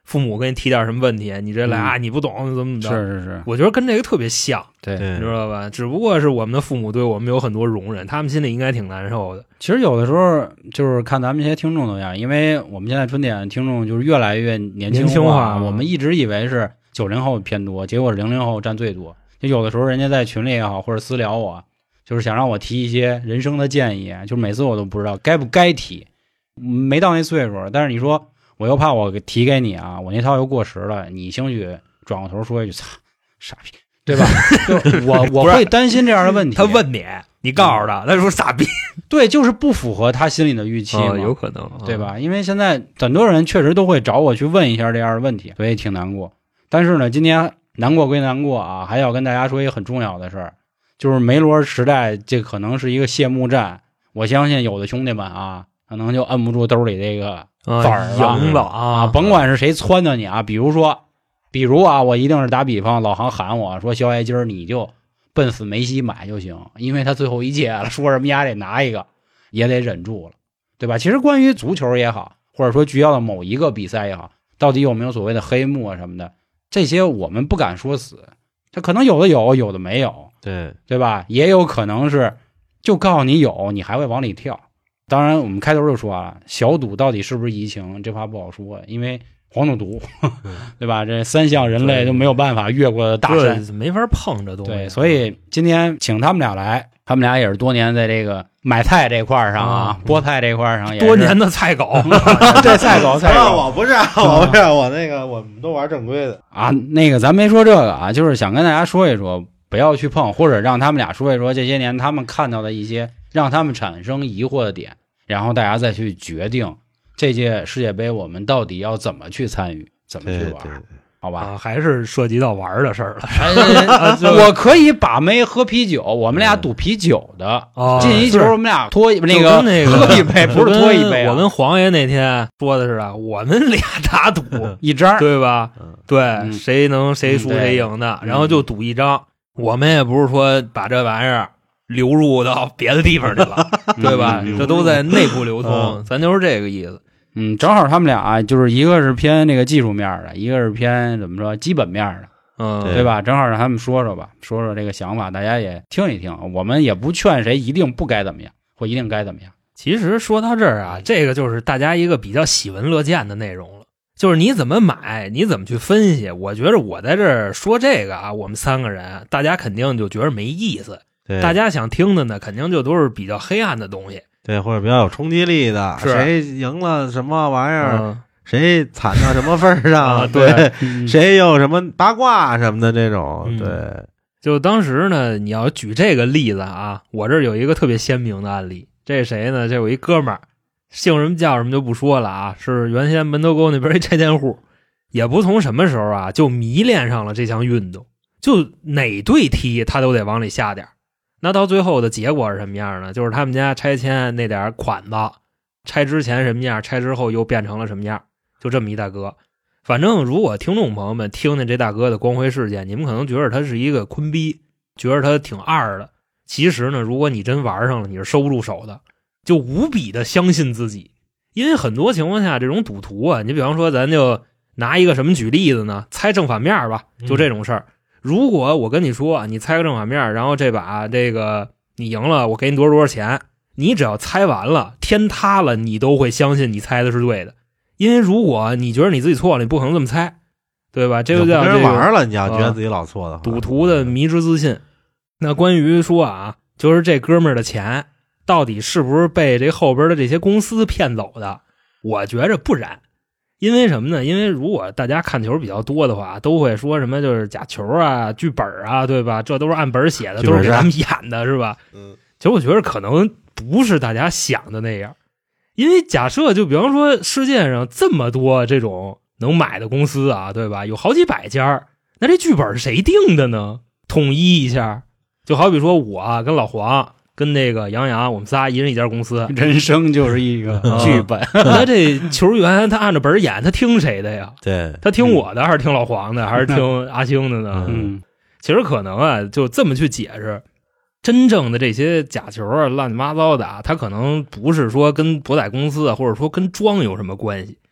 Speaker 2: 父母给你提点什么问题，你这来你不懂怎么着？
Speaker 1: 是，
Speaker 2: 我觉得跟这个特别像，
Speaker 1: 对，
Speaker 2: 你知道吧？只不过是我们的父母对我们有很多容忍，他们心里应该挺难受的。
Speaker 1: 其实有的时候就是看咱们这些听众怎么样，因为我们现在春点听众就是越来越年轻化，我们一直以为是90后偏多，结果是00后占最多。就有的时候人家在群里也好，或者私聊我，就是想让我提一些人生的建议，就每次我都不知道该不该提，没到那岁数，但是你说我又怕我提给你啊，我那套又过时了，你兴许转过头说一句操傻逼，对吧？就我会担心这样的问题。
Speaker 2: 他问你告诉他，他说傻逼，
Speaker 1: 对，就是不符合他心里的预期嘛，
Speaker 2: 有可能，
Speaker 1: 对吧？因为现在很多人确实都会找我去问一下这样的问题，所以挺难过。但是呢，今天难过归难过啊，还要跟大家说一个很重要的事儿，就是梅罗时代这可能是一个谢幕战。我相信有的兄弟们啊，可能就摁不住兜里这个子儿
Speaker 2: 赢了啊，
Speaker 1: 甭管是谁撺掇你啊，比如啊，我一定是打比方，老航喊我说肖爷今儿你就奔死梅西买就行，因为他最后一届了，说什么也得拿一个，也得忍住了，对吧？其实关于足球也好，或者说聚焦的某一个比赛也好，到底有没有所谓的黑幕啊什么的，这些我们不敢说死，他可能有的有，有的没有，对吧？也有可能是就告诉你有，你还会往里跳。当然我们开头就说啊，小赌到底是不是移情，这话不好说，因为黄赌毒，对吧？这3项人类都没有办法越过的大山，
Speaker 2: 没法碰这东西。
Speaker 1: 对，所以今天请他们俩来，他们俩也是多年在这个买菜这块上啊，菠菜这块上也是
Speaker 2: 多年的菜狗，
Speaker 1: 这菜狗，
Speaker 3: 我不是，我那个我们都玩正规的
Speaker 1: 啊。那个咱没说这个啊，就是想跟大家说一说，不要去碰，或者让他们俩说一说这些年他们看到的一些让他们产生疑惑的点，然后大家再去决定这届世界杯我们到底要怎么去参与，怎么去玩，
Speaker 3: 对
Speaker 1: 好吧？
Speaker 2: 还是涉及到玩的事儿了。
Speaker 1: 我可以把妹喝啤酒，我们俩赌啤酒的，进一球我们俩拖那个喝一杯，不是拖一杯。
Speaker 2: 我跟黄爷那天说的是啊，我们俩打赌
Speaker 1: 一张，
Speaker 2: 对吧？对，谁输谁赢的，然后就赌一张。我们也不是说把这玩意儿流入到别的地方去了，对吧？这都在内部流通，咱就是这个意思。
Speaker 1: 正好他们俩就是一个是偏那个技术面的，一个是偏怎么说基本面的，对吧？正好让他们说说吧，说说这个想法，大家也听一听。我们也不劝谁一定不该怎么样，或一定该怎么样。
Speaker 2: 其实说到这儿啊，这个就是大家一个比较喜闻乐见的内容了，就是你怎么买，你怎么去分析。我觉得我在这儿说这个啊，我们3个人，大家肯定就觉得没意思。大家想听的呢，肯定就都是比较黑暗的东西。
Speaker 3: 对，或者比较有冲击力的，谁赢了什么玩意儿，谁惨到什么份上，对，谁有什么八卦什么的这种，对。
Speaker 2: 就当时呢，你要举这个例子啊，我这儿有一个特别鲜明的案例，这是谁呢？这有一哥们儿，姓什么叫什么就不说了啊，是原先门头沟那边一拆迁户，也不从什么时候啊就迷恋上了这项运动，就哪队踢他都得往里下点。那到最后的结果是什么样呢？就是他们家拆迁那点款子，拆之前什么样，拆之后又变成了什么样，就这么一大哥。反正如果听众朋友们听见这大哥的光辉事件，你们可能觉得他是一个坤逼，觉得他挺二的。其实呢，如果你真玩上了，你是收不住手的，就无比的相信自己。因为很多情况下，这种赌徒啊，你比方说咱就拿一个什么举例子呢？猜正反面吧，就这种事儿。如果我跟你说你猜个正反面，然后这把这个你赢了，我给你多少钱，你只要猜完了，天塌了你都会相信你猜的是对的。因为如果你觉得你自己错了，你不可能这么猜，对吧？这就叫这个
Speaker 3: 玩了，你要觉得自己老错的话，
Speaker 2: 赌徒的迷之自信。那关于说啊，就是这哥们儿的钱到底是不是被这后边的这些公司骗走的，我觉着不然。因为什么呢？因为如果大家看球比较多的话，都会说什么就是假球啊、剧本啊，对吧？这都是按本写的，都是给他们演的，是吧？其实我觉得可能不是大家想的那样。因为假设就比方说世界上这么多这种能买的公司啊，对吧？有好几百家，那这剧本是谁定的呢？统一一下，就好比说我跟老黄跟那个杨洋，我们仨一人一家公司，
Speaker 1: 人生就是一个剧本。
Speaker 2: 那这球员他按照本演，他听谁的呀？
Speaker 3: 对，
Speaker 2: 他听我的，还是听老黄的，还是听阿青的呢？其实可能啊，就这么去解释，真正的这些假球啊，乱七八糟的啊，他可能不是说跟博彩公司啊，或者说跟庄有什么关系。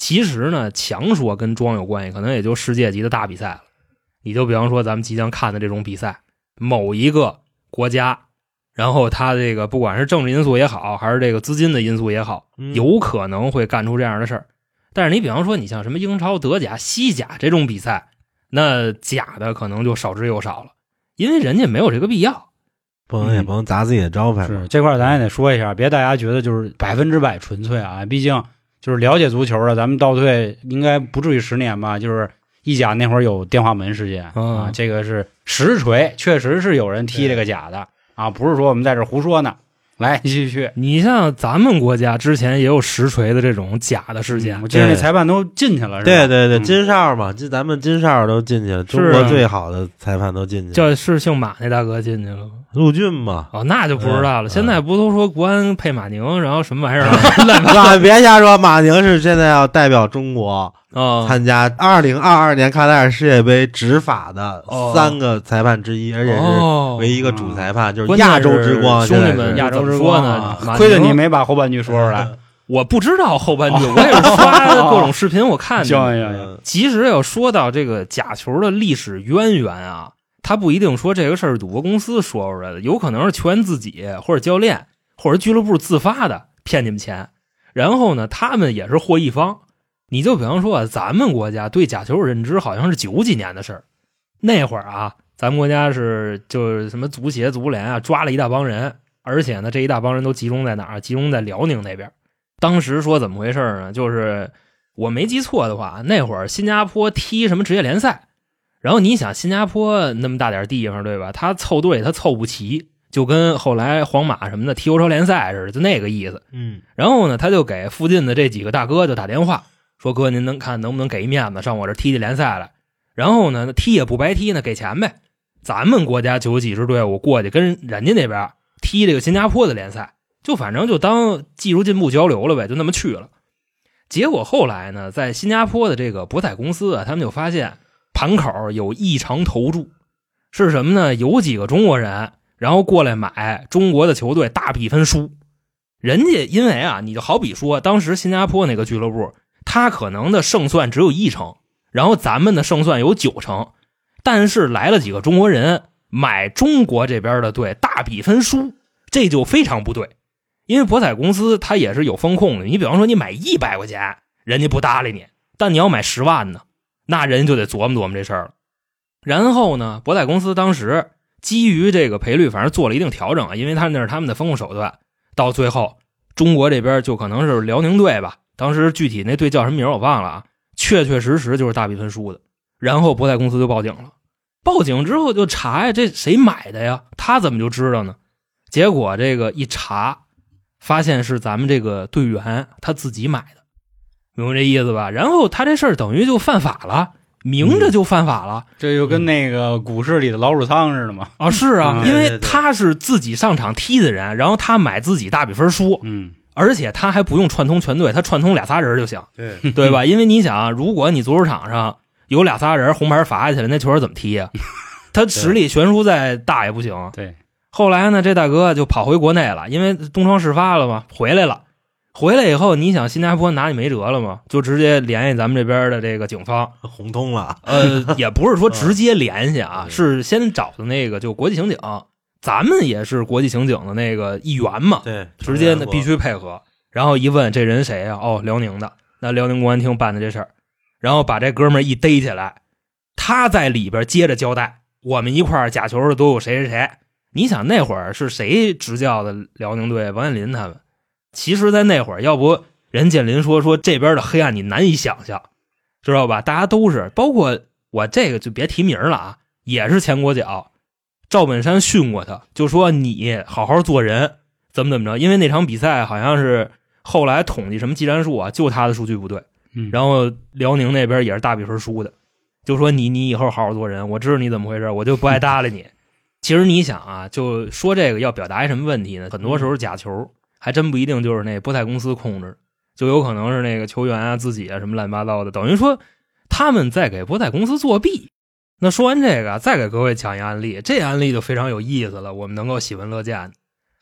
Speaker 2: 其实呢，强说跟庄有关系，可能也就世界级的大比赛了。你就比方说咱们即将看的这种比赛，某一个国家，然后它这个不管是政治因素也好，还是这个资金的因素也好，有可能会干出这样的事儿。但是你比方说你像什么英超、德甲、西甲这种比赛，那假的可能就少之又少了，因为人家没有这个必要。
Speaker 3: 也不能砸自己的招牌。
Speaker 1: 是这块咱也得说一下，别大家觉得就是100%纯粹啊，毕竟就是了解足球的，咱们倒退应该不至于10年吧，就是意甲那会儿有电话门事件啊，这个是实锤，确实是有人踢这个假的啊，不是说我们在这胡说呢。来继续，
Speaker 2: 你像咱们国家之前也有实锤的这种假的事件，
Speaker 1: 我记得那裁判都进去了，是吧？
Speaker 3: 对对对，金哨嘛，咱们金哨都进去了，中国最好的裁判都进去了。
Speaker 2: 就是姓马那大哥进去了吗？
Speaker 3: 陆俊嘛。
Speaker 2: 哦，那就不知道了。现在不都说国安配马宁，然后什么玩意儿？
Speaker 3: 别瞎说，马宁是现在要代表中国参加2022年卡塔尔世界杯执法的3个裁判之一，而且是唯一一个主裁判，就是亚洲之光。
Speaker 2: 兄弟们，亚洲之光呢？
Speaker 1: 亏得你没把后半句说出来。
Speaker 2: 我不知道后半句，我也是刷各种视频，我看
Speaker 1: 见。
Speaker 2: 其实要说到这个假球的历史渊源啊，他不一定说这个事儿是赌博公司说出来的，有可能是球员自己或者教练或者俱乐部自发的骗你们钱，然后呢，他们也是获益方。你就比方说咱们国家对假球有认知好像是90几年的事儿，那会儿啊，咱们国家是就是什么足协、足联啊，抓了一大帮人，而且呢，这一大帮人都集中在哪儿？集中在辽宁那边。当时说怎么回事呢？就是我没记错的话，那会儿新加坡踢什么职业联赛，然后你想新加坡那么大点地方，对吧？他凑队他凑不齐，就跟后来皇马什么的踢欧超联赛似的，就那个意思。然后呢，他就给附近的这几个大哥就打电话说：“哥，您能不能给一面子，上我这踢联赛来？然后呢，踢也不白踢呢，给钱呗。咱们国家就有几支队伍过去跟人家那边踢这个新加坡的联赛。”就反正就当技术进步交流了呗，就那么去了。结果后来呢，在新加坡的这个博彩公司啊，他们就发现盘口有异常投注，是什么呢？有几个中国人，然后过来买中国的球队大比分输。人家因为啊，你就好比说，当时新加坡那个俱乐部，他可能的胜算只有1成，然后咱们的胜算有9成，但是来了几个中国人买中国这边的队大比分输，这就非常不对。因为博彩公司它也是有风控的，你比方说你买100块钱，人家不搭理你，但你要买10万呢，那人就得琢磨琢磨这事儿了。然后呢，博彩公司当时基于这个赔率，反正做了一定调整啊，因为那是他们的风控手段。到最后，中国这边就可能是辽宁队吧，当时具体那队叫什么名我忘了啊，确实就是大比分输的。然后博彩公司就报警了，报警之后就查呀，这谁买的呀？他怎么就知道呢？结果这个一查，发现是咱们这个队员他自己买的，明白这意思吧？然后他这事儿等于就犯法了，明着就犯法了。
Speaker 1: 这就跟那个股市里的老鼠仓似的嘛。
Speaker 2: 啊，是啊，因为他是自己上场踢的人，然后他买自己大比分输，而且他还不用串通全队，他串通2-3人就行，对吧？因为你想，如果你足球场上有2-3人红牌罚下去了，那球怎么踢啊？他实力悬殊再大也不行。
Speaker 1: 对。
Speaker 2: 后来呢，这大哥就跑回国内了，因为东窗事发了嘛，回来了。回来以后，你想新加坡拿你没辙了吗？就直接联系咱们这边的这个警方，
Speaker 3: 红通了。
Speaker 2: 也不是说直接联系啊，是先找的那个就国际刑警，咱们也是国际刑警的那个一员嘛，
Speaker 3: 对，
Speaker 2: 直接必须配合。然后一问这人谁啊？哦，辽宁的，那辽宁公安厅办的这事儿，然后把这哥们儿一逮起来，他在里边接着交代，我们一块儿假球的都有谁谁谁。你想那会儿是谁执教的辽宁队？王健林他们。其实在那会儿，要不人健林说这边的黑暗你难以想象，知道吧？大家都是，包括我这个就别提名了啊，也是前国脚赵本山训过他，就说你好好做人，怎么着？因为那场比赛好像是后来统计什么技战术啊，就他的数据不对，然后辽宁那边也是大比分输的，就说你以后好好做人，我知道你怎么回事，我就不爱搭理你。其实你想啊，就说这个要表达一什么问题呢？很多时候假球还真不一定就是那博彩公司控制，就有可能是那个球员啊自己啊什么乱七八糟的，等于说他们在给博彩公司作弊。那说完这个，再给各位讲一案例，这案例就非常有意思了，我们能够喜闻乐见。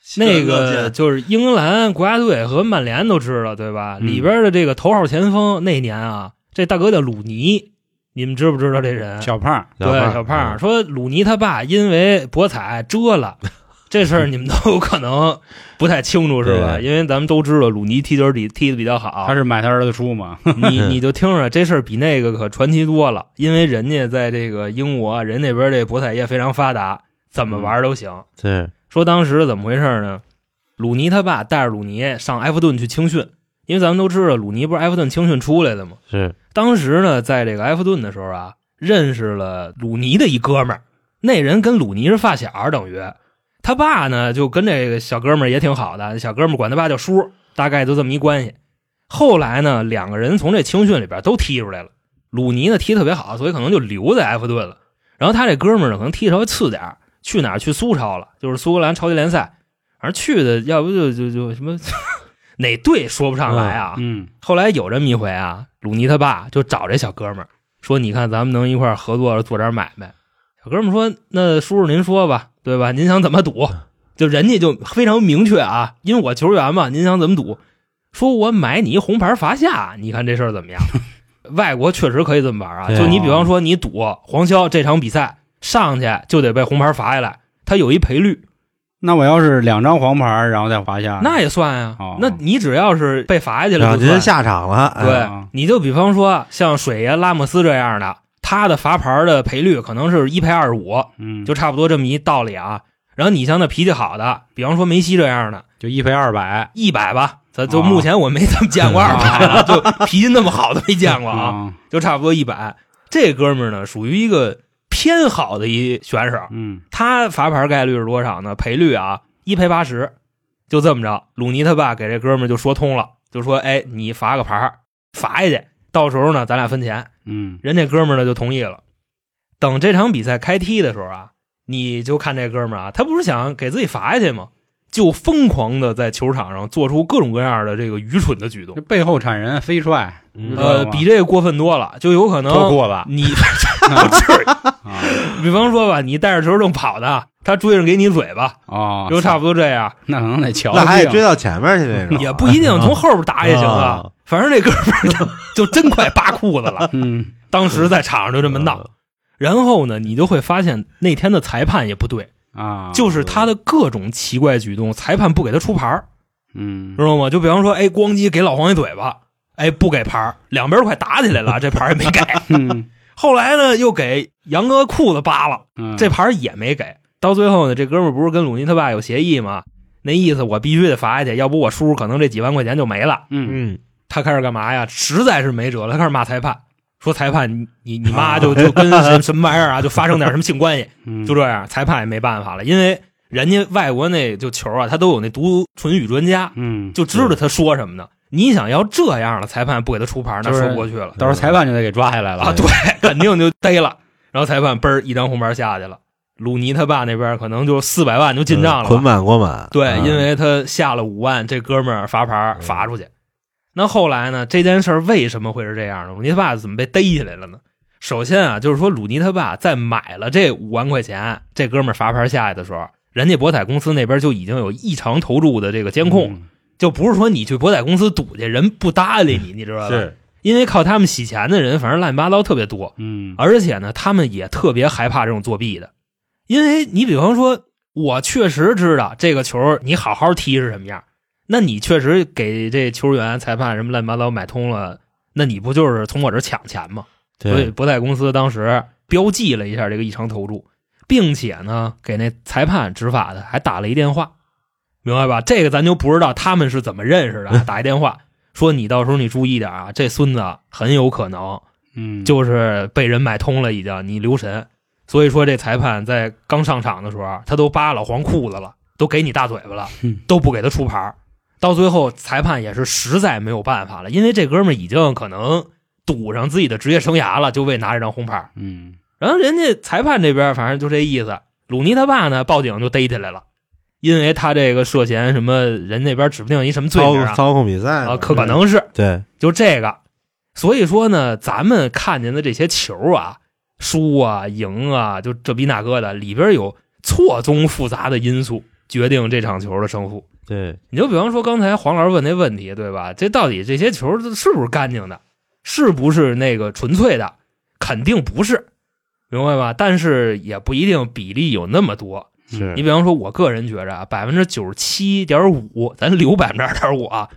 Speaker 2: 那个就是英格兰国家队和曼联都知道对吧？里边的这个头号前锋那年啊，这大哥叫鲁尼，你们知不知道这人？
Speaker 1: 小胖，
Speaker 2: 对，小胖说鲁尼他爸因为博彩遮了。这事儿你们都有可能不太清楚是吧？因为咱们都知道鲁尼踢球踢得比较好，
Speaker 1: 他是买他儿子书嘛。
Speaker 2: 你就听着，这事儿比那个可传奇多了，因为人家在这个英国，人那边这博彩业非常发达，怎么玩都行。
Speaker 3: 对，
Speaker 2: 说当时怎么回事呢？鲁尼他爸带着鲁尼上埃弗顿去青训，因为咱们都知道鲁尼不是埃弗顿青训出来的吗？
Speaker 3: 是。
Speaker 2: 当时呢，在这个埃弗顿的时候啊，认识了鲁尼的一哥们儿，那人跟鲁尼是发小，等于。他爸呢就跟这个小哥们儿也挺好的，小哥们儿管他爸叫叔，大概就这么一关系。后来呢，两个人从这青训里边都踢出来了。鲁尼呢踢特别好，所以可能就留在埃弗顿了。然后他这哥们儿呢可能踢稍微次点，去哪儿去苏超了，就是苏格兰超级联赛。反正去的要不就什么哪队说不上来啊。后来有这么一回啊，鲁尼他爸就找这小哥们儿说：“你看咱们能一块合作做点买卖。”小哥们说：“那叔叔您说吧。”对吧？您想怎么赌？就人家就非常明确啊，因为我球员嘛，您想怎么赌？说我买你红牌罚下，你看这事儿怎么样？外国确实可以这么玩啊，就你比方说你赌黄潇这场比赛上去就得被红牌罚下来，他有一赔率。
Speaker 1: 那我要是2张黄牌然后再罚下，
Speaker 2: 那也算呀。那你只要是被罚下去了，就
Speaker 3: 算下场了。
Speaker 2: 对，你就比方说像水爷拉莫斯这样的。他的罚牌的赔率可能是1赔25，就差不多这么一道理啊。然后你像那脾气好的，比方说梅西这样的，
Speaker 1: 就1赔200，100
Speaker 2: 吧。就目前我没怎么见过200了，就脾气那么好的没见过啊，就差不多100。这哥们儿呢，属于一个偏好的一选手，他罚牌概率是多少呢？赔率啊1赔80，就这么着。鲁尼他爸给这哥们儿就说通了，就说：“哎，你罚个牌，罚下去。”到时候呢，咱俩分钱。人这哥们儿呢就同意了。等这场比赛开踢的时候啊，你就看这哥们儿啊，他不是想给自己罚下去吗？就疯狂的在球场上做出各种各样的这个愚蠢的举动，
Speaker 1: 背后铲人、飞踹，
Speaker 2: 比这个过分多了，就有可能
Speaker 1: 脱裤子。
Speaker 2: 你不至于，比方说吧，你带着球正跑的，他追上给你嘴巴，就差不多这样。
Speaker 1: 那可能得瞧，
Speaker 3: 那还得追到前面去那种，
Speaker 2: 也不一定从后边打也行啊。反正这哥们儿就真快扒裤子了。当时在场上就这么闹，然后呢，你就会发现那天的裁判也不对
Speaker 1: 啊，
Speaker 2: 就是他的各种奇怪举动，裁判不给他出牌，知道吗？就比方说，哎，咣叽给老黄一嘴巴，哎，不给牌，两边快打起来了，这牌也没给。后来呢，又给杨哥裤子扒了，这牌也没给。到最后呢，这哥们儿不是跟鲁尼他爸有协议吗？那意思我必须得罚下去，要不我叔可能这几万块钱就没了。他开始干嘛呀？实在是没辙了，他开始骂裁判，说裁判你妈就跟什么玩意儿啊，就发生点什么性关系，就这样，裁判也没办法了，因为人家外国那就球啊，他都有那读唇语专家，就知道他说什么呢。你想要这样的裁判不给他出牌，那说不过去了，
Speaker 1: 到时候裁判就得给抓下来了
Speaker 2: 啊！对，肯定就逮了。然后裁判嘣一张红牌下去了，鲁尼他爸那边可能就400万就进账了，
Speaker 3: 捆绑过满。
Speaker 2: 对，因为他下了5万，这哥们儿罚牌罚出去。那后来呢？这件事儿为什么会是这样呢？鲁尼他爸怎么被逮起来了呢？首先啊，就是说鲁尼他爸在买了这5万块钱，这哥们儿罚牌下去的时候，人家博彩公司那边就已经有异常投注的这个监控，就不是说你去博彩公司赌去，人不搭理你，你知道吧？
Speaker 3: 是，
Speaker 2: 因为靠他们洗钱的人，反正乱七八糟特别多，而且呢，他们也特别害怕这种作弊的，因为你比方说，我确实知道这个球你好好踢是什么样。那你确实给这球员、裁判什么乱七八糟买通了，那你不就是从我这抢钱吗？所以博彩公司当时标记了一下这个异常投注，并且呢给那裁判执法的还打了一电话，明白吧？这个咱就不知道他们是怎么认识的，打一电话说你到时候你注意点啊，这孙子很有可能就是被人买通了，已经你留神。所以说这裁判在刚上场的时候，他都扒老黄裤子了，都给你大嘴巴了，都不给他出牌。到最后裁判也是实在没有办法了，因为这哥们儿已经可能赌上自己的职业生涯了，就为拿这张红牌。然后人家裁判这边反正就这意思，鲁尼他爸呢报警就逮起来了，因为他这个涉嫌什么，人那边指不定一什么罪名啊，
Speaker 3: 操控比赛
Speaker 2: 啊，可能是
Speaker 3: 对，
Speaker 2: 就这个。所以说呢，咱们看见的这些球啊，输啊、赢啊，就这逼那个的，里边有错综复杂的因素。 决定这场球的胜负。
Speaker 3: 对，
Speaker 2: 你就比方说刚才黄老师问那问题，对吧？这到底这些球是不是干净的？是不是那个纯粹的？肯定不是，明白吧？但是也不一定比例有那么多。
Speaker 3: 是
Speaker 2: 你比方说，我个人觉着啊，97.5%，咱留2.5%啊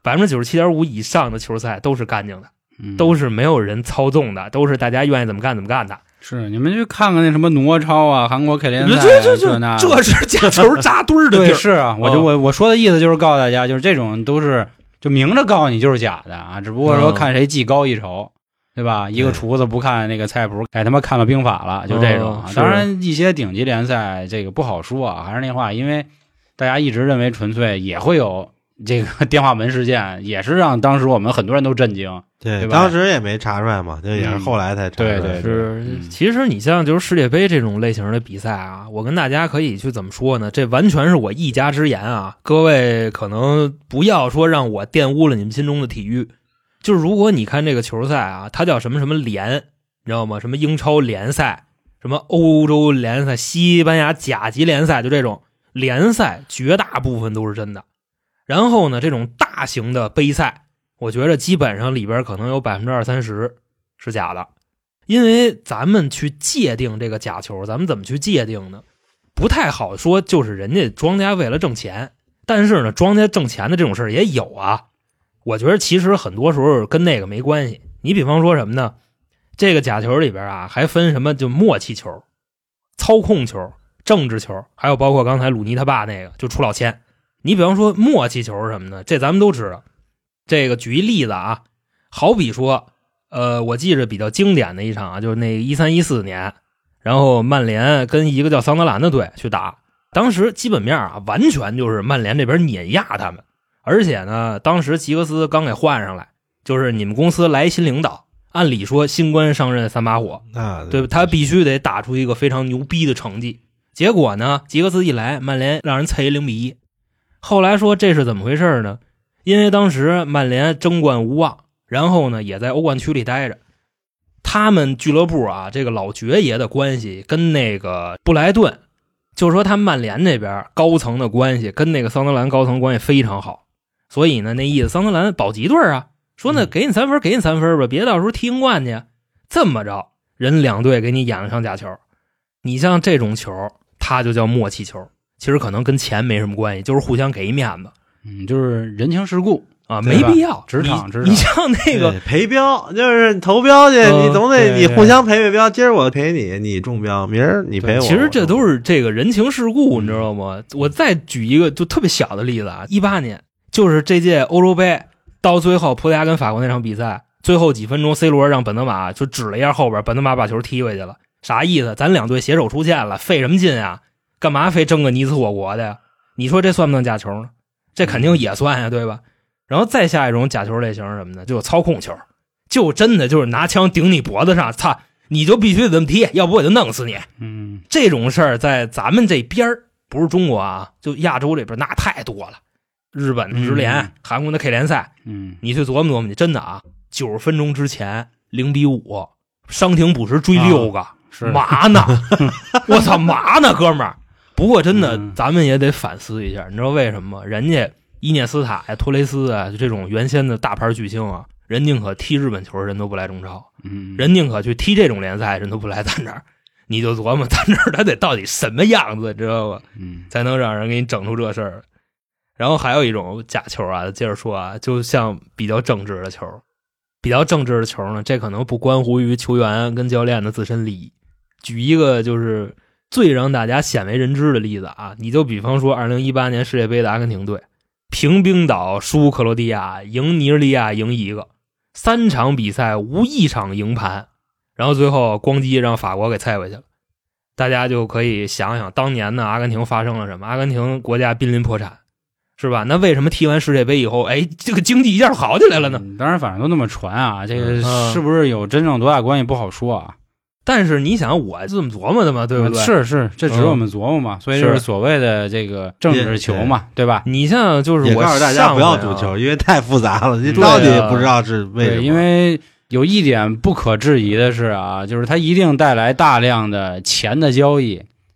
Speaker 2: ，97.5%以上的球赛都是干净的，都是没有人操纵的，都是大家愿意怎么干怎么干的。
Speaker 1: 是，你们去看看那什么挪超啊，韩国 K 联赛，
Speaker 2: 这是假球扎堆儿的地儿。
Speaker 1: 对，是啊，我说的意思就是告诉大家，就是这种都是就明着告诉你就是假的啊，只不过说看谁技高一筹。对吧？一个厨子不看那个菜谱，改他妈看了兵法了，就这种。当然，一些顶级联赛这个不好说啊，还是那话，因为大家一直认为纯粹也会有这个电话门事件，也是让当时我们很多人都震惊。对，
Speaker 3: 当时也没查出来嘛，这也是后来才查出来。
Speaker 1: 对，
Speaker 2: 是。其实你像就是世界杯这种类型的比赛啊，我跟大家可以去怎么说呢？这完全是我一家之言啊，各位可能不要说让我玷污了你们心中的体育。就是如果你看这个球赛啊，它叫什么什么联，你知道吗？什么英超联赛，什么欧洲联赛，西班牙甲级联赛，就这种联赛绝大部分都是真的。然后呢，这种大型的杯赛，我觉得基本上里边可能有20-30%是假的。因为咱们去界定这个假球，咱们怎么去界定呢？不太好说，就是人家庄家为了挣钱，但是呢，庄家挣钱的这种事儿也有啊。我觉得其实很多时候跟那个没关系。你比方说什么呢？这个假球里边啊，还分什么就默契球、操控球、政治球，还有包括刚才鲁尼他爸那个就出老千。你比方说默契球什么的，这咱们都知道。这个举一例子啊，好比说，我记着比较经典的一场啊，就是那13-14年，然后曼联跟一个叫桑德兰的队去打，当时基本面啊，完全就是曼联这边碾压他们。而且呢，当时吉格斯刚给换上来，就是你们公司来新领导，按理说新官上任3把火
Speaker 3: 啊，
Speaker 2: 对吧？他必须得打出一个非常牛逼的成绩。结果呢，吉格斯一来，曼联让人踩0-1。后来说这是怎么回事呢？因为当时曼联争冠无望，然后呢也在欧冠区里待着。他们俱乐部啊，这个老爵爷的关系跟那个布莱顿，就是说他曼联那边高层的关系跟那个桑德兰高层关系非常好。所以呢，那意思桑德兰保级队啊，说呢给你3分，给你3分吧，别到时候踢英冠去。这么着，人两队给你演了场假球。你像这种球，它就叫默契球，其实可能跟钱没什么关系，就是互相给一面子，
Speaker 1: 就是人情世故
Speaker 2: 啊，没必要。
Speaker 1: 职场，
Speaker 2: 你像那个
Speaker 3: 赔标，就是投标去，你总得你互相赔标，今儿我赔你，你中标，明儿你赔我。
Speaker 2: 其实这都是这个人情世故，你知道吗？我再举一个就特别小的例子啊，18年。就是这届欧洲杯到最后，葡萄牙跟法国那场比赛，最后几分钟 C 罗让本德马就指了一下后边，本德马把球踢回去了。啥意思？咱两队携手出线了，费什么劲啊？干嘛非争个你死我活的呀？你说这算不算假球呢？这肯定也算呀，对吧？然后再下一种假球类型是什么呢？就有操控球，就真的就是拿枪顶你脖子上，操，你就必须得这么踢，要不我就弄死你。这种事儿在咱们这边不是中国啊，就亚洲这边那太多了。日本的职联，韩国的 K 联赛，你去琢磨琢磨，你真的啊，90分钟之前0-5，伤停补时追6个，嘛呢？我操，嘛呢，哥们儿！不过真的，咱们也得反思一下，你知道为什么吗？人家伊涅斯塔呀、托雷斯啊，这种原先的大牌巨星啊，人宁可踢日本球，人都不来中超，人宁可去踢这种联赛，人都不来咱这儿。你就琢磨咱这儿他得到底什么样子，知道吧？才能让人给你整出这事儿。然后还有一种假球啊，接着说啊，就像比较正直的球，比较正直的球呢，这可能不关乎于球员跟教练的自身利益。举一个就是最让大家鲜为人知的例子啊，你就比方说2018年世界杯的阿根廷队，平冰岛输克罗地亚，赢尼日利亚赢1个，3场比赛无一场赢盘，然后最后咣叽让法国给菜回去了。大家就可以想想当年呢阿根廷发生了什么，阿根廷国家濒临破产，是吧？那为什么踢完世界杯以后，哎，这个经济一下好起来了呢？
Speaker 1: 当然，反正都那么传啊，这个是不是有真正多大关系不好说啊。
Speaker 2: 但是你想，我这么琢磨的嘛，对不对？
Speaker 1: 是，这只是我们琢磨嘛，所以就是所谓的这个政治球嘛，对吧？
Speaker 2: 你像就是
Speaker 3: 我告诉大家不要赌球，因为太复杂了，你到底不知道是为什么。
Speaker 1: 因为有一点不可质疑的是啊，就是它一定带来大量的钱的交易。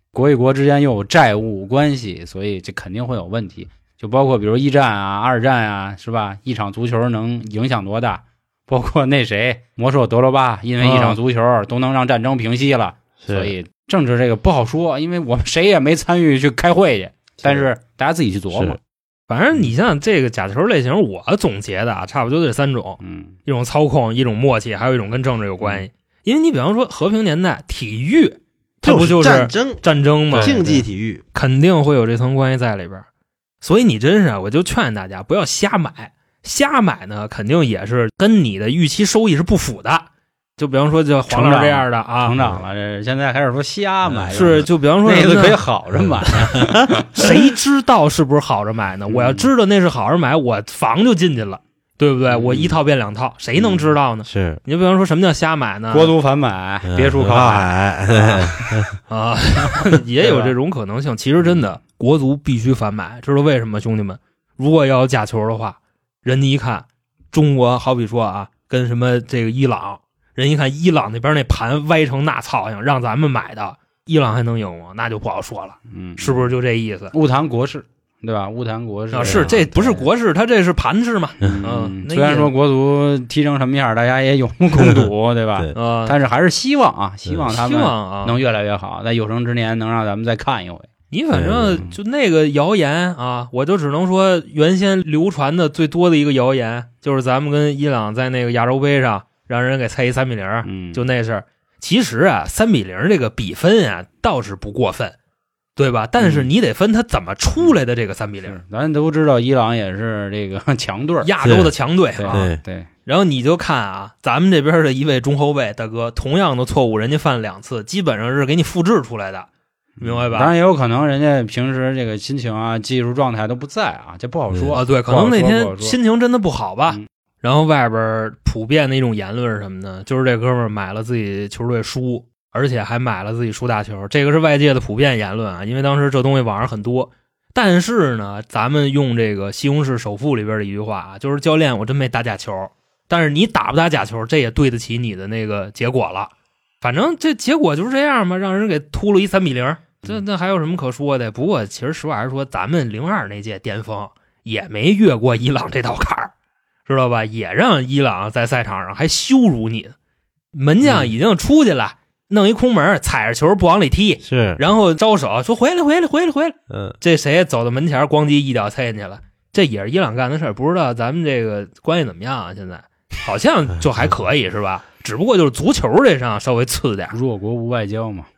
Speaker 1: 国与国之间又有债务关系，所以这肯定会有问题。就包括比如1战啊、2战啊，是吧？一场足球能影响多大？包括那谁魔兽德罗巴，因为一场足球都能让战争平息了。所以政治这个不好说，因为我们谁也没参与去开会去，但是大家自己去琢磨。
Speaker 2: 反正你像这个假球类型，我总结的差不多这3种，一种操控，一种默契，还有一种跟政治有关系。因为你比方说和平年代，体育它不就是战争吗？
Speaker 3: 竞技体育
Speaker 2: 肯定会有这层关系在里边。所以你真是我就劝大家不要瞎买，瞎买呢肯定也是跟你的预期收益是不符的。就比方说就黄老这样的啊，
Speaker 1: 成长了，这现在开始说瞎买，
Speaker 2: 是就比方说
Speaker 1: 那个可以好着买，
Speaker 2: 谁知道是不是好着买呢？我要知道那是好着买，我房就进去了，对不对？我一套变2套，谁能知道呢？
Speaker 3: 是
Speaker 2: 你就比方说什么叫瞎买呢？
Speaker 1: 国足反买，别墅靠海
Speaker 2: 啊，也有这种可能性。其实真的，国足必须反买，知道为什么？兄弟们，如果要有假球的话，人家一看中国，好比说啊，跟什么这个伊朗。人一看伊朗那边那盘歪成那操样，让咱们买的，伊朗还能赢吗？那就不好说了，是不是就这意思？
Speaker 1: 勿谈国事，对吧？勿谈国事
Speaker 2: 啊，是这不是国事，他这是盘事嘛。
Speaker 1: 虽然说国足踢成什么样，大家也有目共睹，对吧？但是还是希望啊，希望他们能越来越好，在有生之年能让咱们再看一回。
Speaker 2: 你反正就那个谣言啊，我就只能说原先流传的最多的一个谣言，就是咱们跟伊朗在那个亚洲杯上。让人给猜一3-0，就那事儿。其实啊，3-0这个比分啊倒是不过分，对吧？但是你得分他怎么出来的这个3-0。
Speaker 1: 咱都知道伊朗也是这个强队，
Speaker 2: 亚洲的强队啊。
Speaker 1: 对。
Speaker 2: 然后你就看啊，咱们这边的一位中后卫大哥，同样的错误人家犯2次，基本上是给你复制出来的，明白吧？
Speaker 1: 当然也有可能人家平时这个心情啊、技术状态都不在啊，这不好说
Speaker 2: 啊。对，可能那天心情真的不好吧。然后外边普遍的一种言论是什么呢？就是这哥们儿买了自己球队输，而且还买了自己输大球，这个是外界的普遍言论啊。因为当时这东西网上很多，但是呢，咱们用这个《西红柿首富》里边的一句话啊，就是教练，我真没打假球，但是你打不打假球，这也对得起你的那个结果了。反正这结果就是这样嘛，让人给突了一3-0，这还有什么可说的？不过其实实话还是说，咱们02那届巅峰也没越过伊朗这道坎儿。知道吧？也让伊朗在赛场上还羞辱你，门将已经出去了，弄一空门，踩着球不往里踢，
Speaker 3: 是，
Speaker 2: 然后招手说回来。这谁走到门前，咣叽一脚踩进去了，这也是伊朗干的事儿。不知道咱们这个关系怎么样啊？现在好像就还可以是吧？只不过就是足球这上稍微次点，
Speaker 1: 弱国无外交嘛。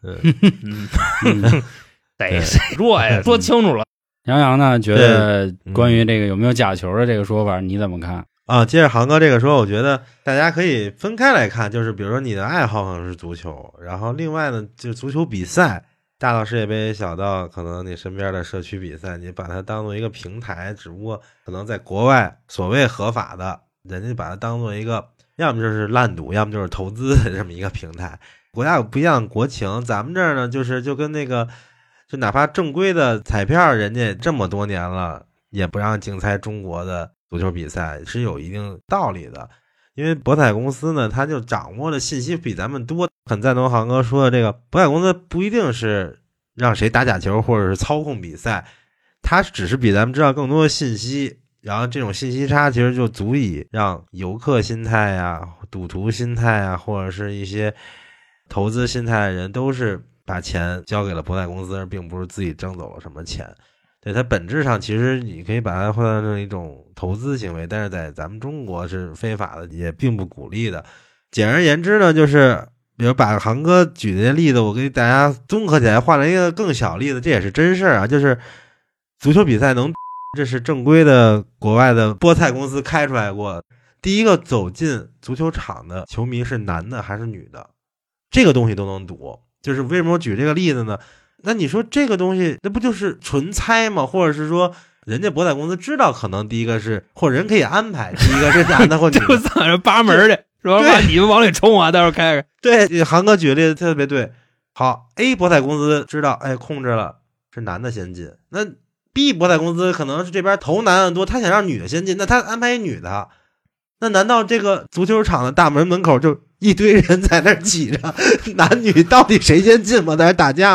Speaker 2: 得弱呀，说清楚了。
Speaker 1: 杨洋呢，觉得关于这个有没有假球的这个说法，你怎么看？
Speaker 3: 啊，接着航哥这个说，我觉得大家可以分开来看，就是比如说你的爱好可能是足球，然后另外呢就是足球比赛，大到世界杯，小到可能你身边的社区比赛，你把它当做一个平台，只不过可能在国外所谓合法的，人家把它当做一个要么就是烂赌，要么就是投资的这么一个平台。国家有不一样的国情，咱们这儿呢就跟那个就哪怕正规的彩票，人家这么多年了也不让竞猜中国的足球比赛，是有一定道理的。因为博彩公司呢，他就掌握的信息比咱们多。很赞同航哥说的，这个博彩公司不一定是让谁打假球或者是操控比赛，他只是比咱们知道更多的信息，然后这种信息差其实就足以让游客心态呀、赌徒心态呀，或者是一些投资心态的人都是把钱交给了博彩公司，而并不是自己挣走了什么钱。对，它本质上其实你可以把它换成一种投资行为，但是在咱们中国是非法的，也并不鼓励的。简而言之呢，就是比如把航哥举的例子，我给大家综合起来换了一个更小例子，这也是真事儿啊，就是足球比赛这是正规的国外的博彩公司开出来过，第一个走进足球场的球迷是男的还是女的，这个东西都能赌。就是为什么我举这个例子呢？那你说这个东西那不就是纯猜吗？或者是说人家博彩公司知道可能第一个是，或者人可以安排第一个是男的或女的，
Speaker 2: 就上着扒门去是吧？把你们往里冲啊，待会儿开开。
Speaker 3: 对，航哥举的例子特别对。好 ，A 博彩公司知道，哎，控制了是男的先进，那 B 博彩公司可能是这边投男的多，他想让女的先进，那他安排一女的，那难道这个足球场的大门口就一堆人在那挤着，男女到底谁先进吗？在那打架吗？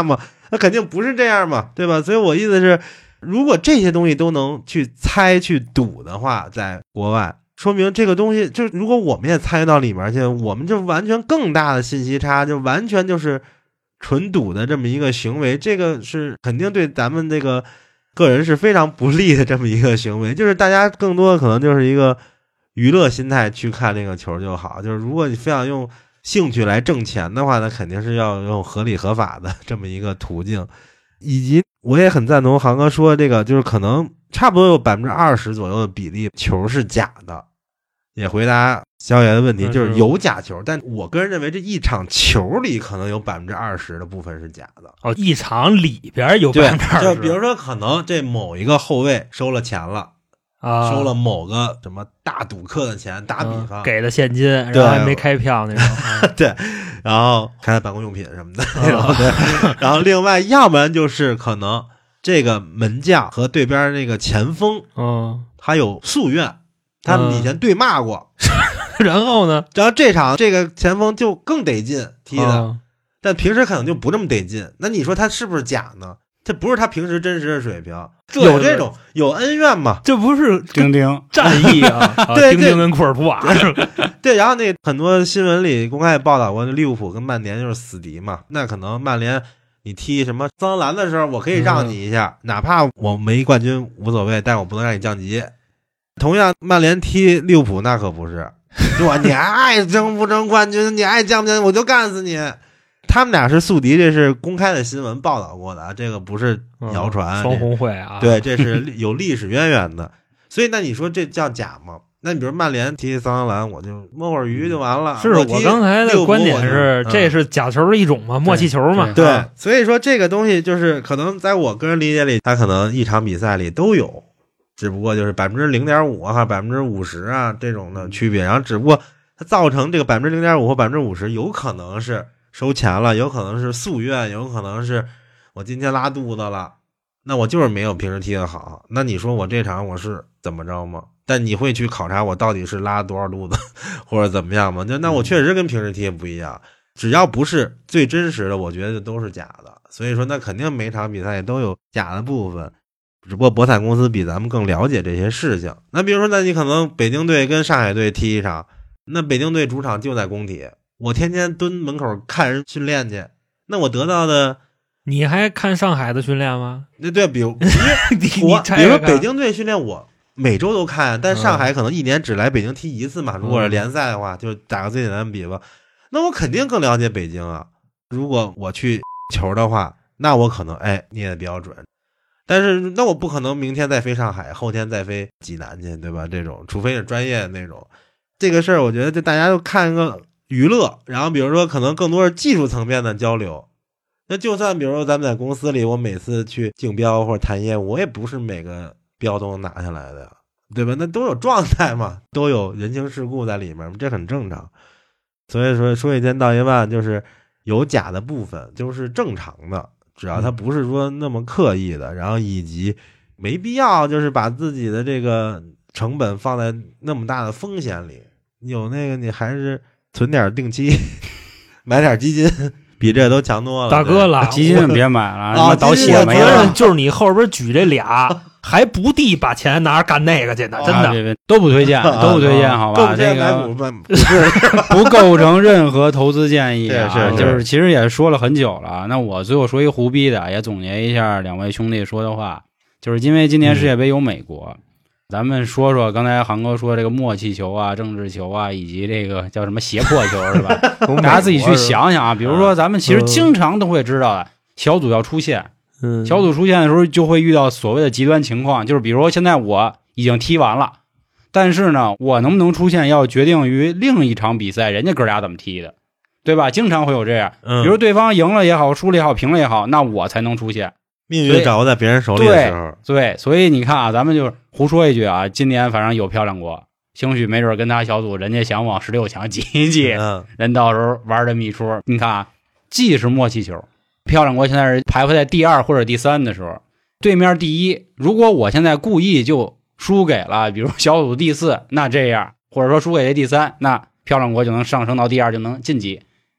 Speaker 3: 那肯定不是这样嘛，对吧？所以我意思是，如果这些东西都能去猜去赌的话，在国外说明这个东西就如果我们也参与到里面去，我们就完全更大的信息差，就完全就是纯赌的这么一个行为，这个是肯定对咱们这个个人是非常不利的这么一个行为，就是大家更多的可能就是一个娱乐心态去看这个球就好，就是如果你非要用兴趣来挣钱的话，那肯定是要用合理合法的这么一个途径。以及我也很赞同航哥说这个，就是可能差不多有20%左右的比例球是假的，也回答肖爷的问题，就是有假球，但我个人认为这一场球里可能有20%的部分是假的。
Speaker 2: 哦，一场里边有20%，
Speaker 3: 就比如说可能这某一个后卫收了钱了。收了某个什么大赌客的钱，打比方
Speaker 2: 给的现金，然后还没开票那种，
Speaker 3: 对，然后开的办公用品什么的那种，对。然后另外，要不然就是可能这个门将和对边那个前锋，他有夙愿，他们以前对骂过，
Speaker 2: 然后呢，
Speaker 3: 然后这场这个前锋就更得劲踢的，但平时可能就不这么得劲。那你说他是不是假呢？这不是他平时真实的水平，有这种有恩怨嘛？
Speaker 2: 这不是
Speaker 1: 丁丁
Speaker 2: 战役啊？
Speaker 3: 对，
Speaker 2: 丁丁跟库尔图瓦
Speaker 3: 对，然后那很多新闻里公开报道过，利物浦跟曼联就是死敌嘛。那可能曼联你踢什么桑德兰的时候，我可以让你一下，哪怕我没冠军无所谓，但我不能让你降级。同样，曼联踢利物浦那可不是，说你爱争不争冠军，你爱降不降，我就干死你。他们俩是宿敌，这是公开的新闻报道过的啊，这个不是谣传。
Speaker 2: 双红会啊，
Speaker 3: 对，这是有历史渊源的。所以那你说这叫假吗？那你比如曼联踢桑德兰，我就摸会儿鱼就完了。
Speaker 2: 是我刚才的观点是，这是假球的一种嘛，默契球嘛。
Speaker 3: 对，所以说这个东西就是可能在我个人理解里，它可能一场比赛里都有，只不过就是0.5%啊，50%啊这种的区别。然后只不过它造成这个0.5%或50%，有可能是收钱了，有可能是夙愿，有可能是我今天拉肚子了，那我就是没有平时踢得好。那你说我这场我是怎么着吗？但你会去考察我到底是拉多少肚子或者怎么样吗？那我确实跟平时踢不一样，只要不是最真实的，我觉得都是假的。所以说那肯定每场比赛都有假的部分，只不过博彩公司比咱们更了解这些事情。那比如说，那你可能北京队跟上海队踢一场，那北京队主场就在工体，我天天蹲门口看人训练去，那我得到的，
Speaker 2: 你还看上海的训练吗？
Speaker 3: 对，比如比如说北京队训练我每周都看，但上海可能一年只来北京踢一次嘛。如果是联赛的话，就打个最简单的比方，那我肯定更了解北京啊。如果我去球的话，那我可能捏的比较准，但是那我不可能明天再飞上海，后天再飞济南去，对吧？这种除非是专业的那种，这个事儿我觉得就大家都看一个娱乐，然后比如说可能更多是技术层面的交流。那就算比如说咱们在公司里，我每次去竞标或者谈业务，我也不是每个标都能拿下来的呀，对吧？那都有状态嘛，都有人情世故在里面，这很正常。所以说一千道一万，就是有假的部分就是正常的，只要它不是说那么刻意的，然后以及没必要就是把自己的这个成本放在那么大的风险里。有那个你还是存点定期买点基金比这都强多了。
Speaker 2: 大哥了，
Speaker 1: 基金别买了，倒血没
Speaker 2: 了。就是你后边举这俩还不地把钱拿着干那个去呢，真的
Speaker 1: 都不推荐，都不推荐，好吧？这个不构成任何投资建议啊。就是其实也说了很久了，那我最后说一胡逼的，也总结一下两位兄弟说的话，就是因为今年世界杯有美国。咱们说说刚才航哥说这个默契球啊、政治球啊，以及这个叫什么胁迫球是吧？大家自己去想想啊。比如说咱们其实经常都会知道的，小组要出现，小组出现的时候就会遇到所谓的极端情况，就是比如说现在我已经踢完了，但是呢我能不能出现要决定于另一场比赛人家哥俩怎么踢的，对吧？经常会有这样，比如对方赢了也好，输了也好，平了也好，那我才能出现。
Speaker 3: 命运掌握在别人手里的时候，
Speaker 1: 对，所以你看啊，咱们就胡说一句啊，今年反正有漂亮国，兴许没准跟他小组人家想往16强挤一挤，人到时候玩这么一出。你看啊，既是默契球，漂亮国现在是排在第2或者第3的时候，对面第1，如果我现在故意就输给了，比如小组第4，那这样，或者说输给第3，那漂亮国就能上升到第2，就能晋级。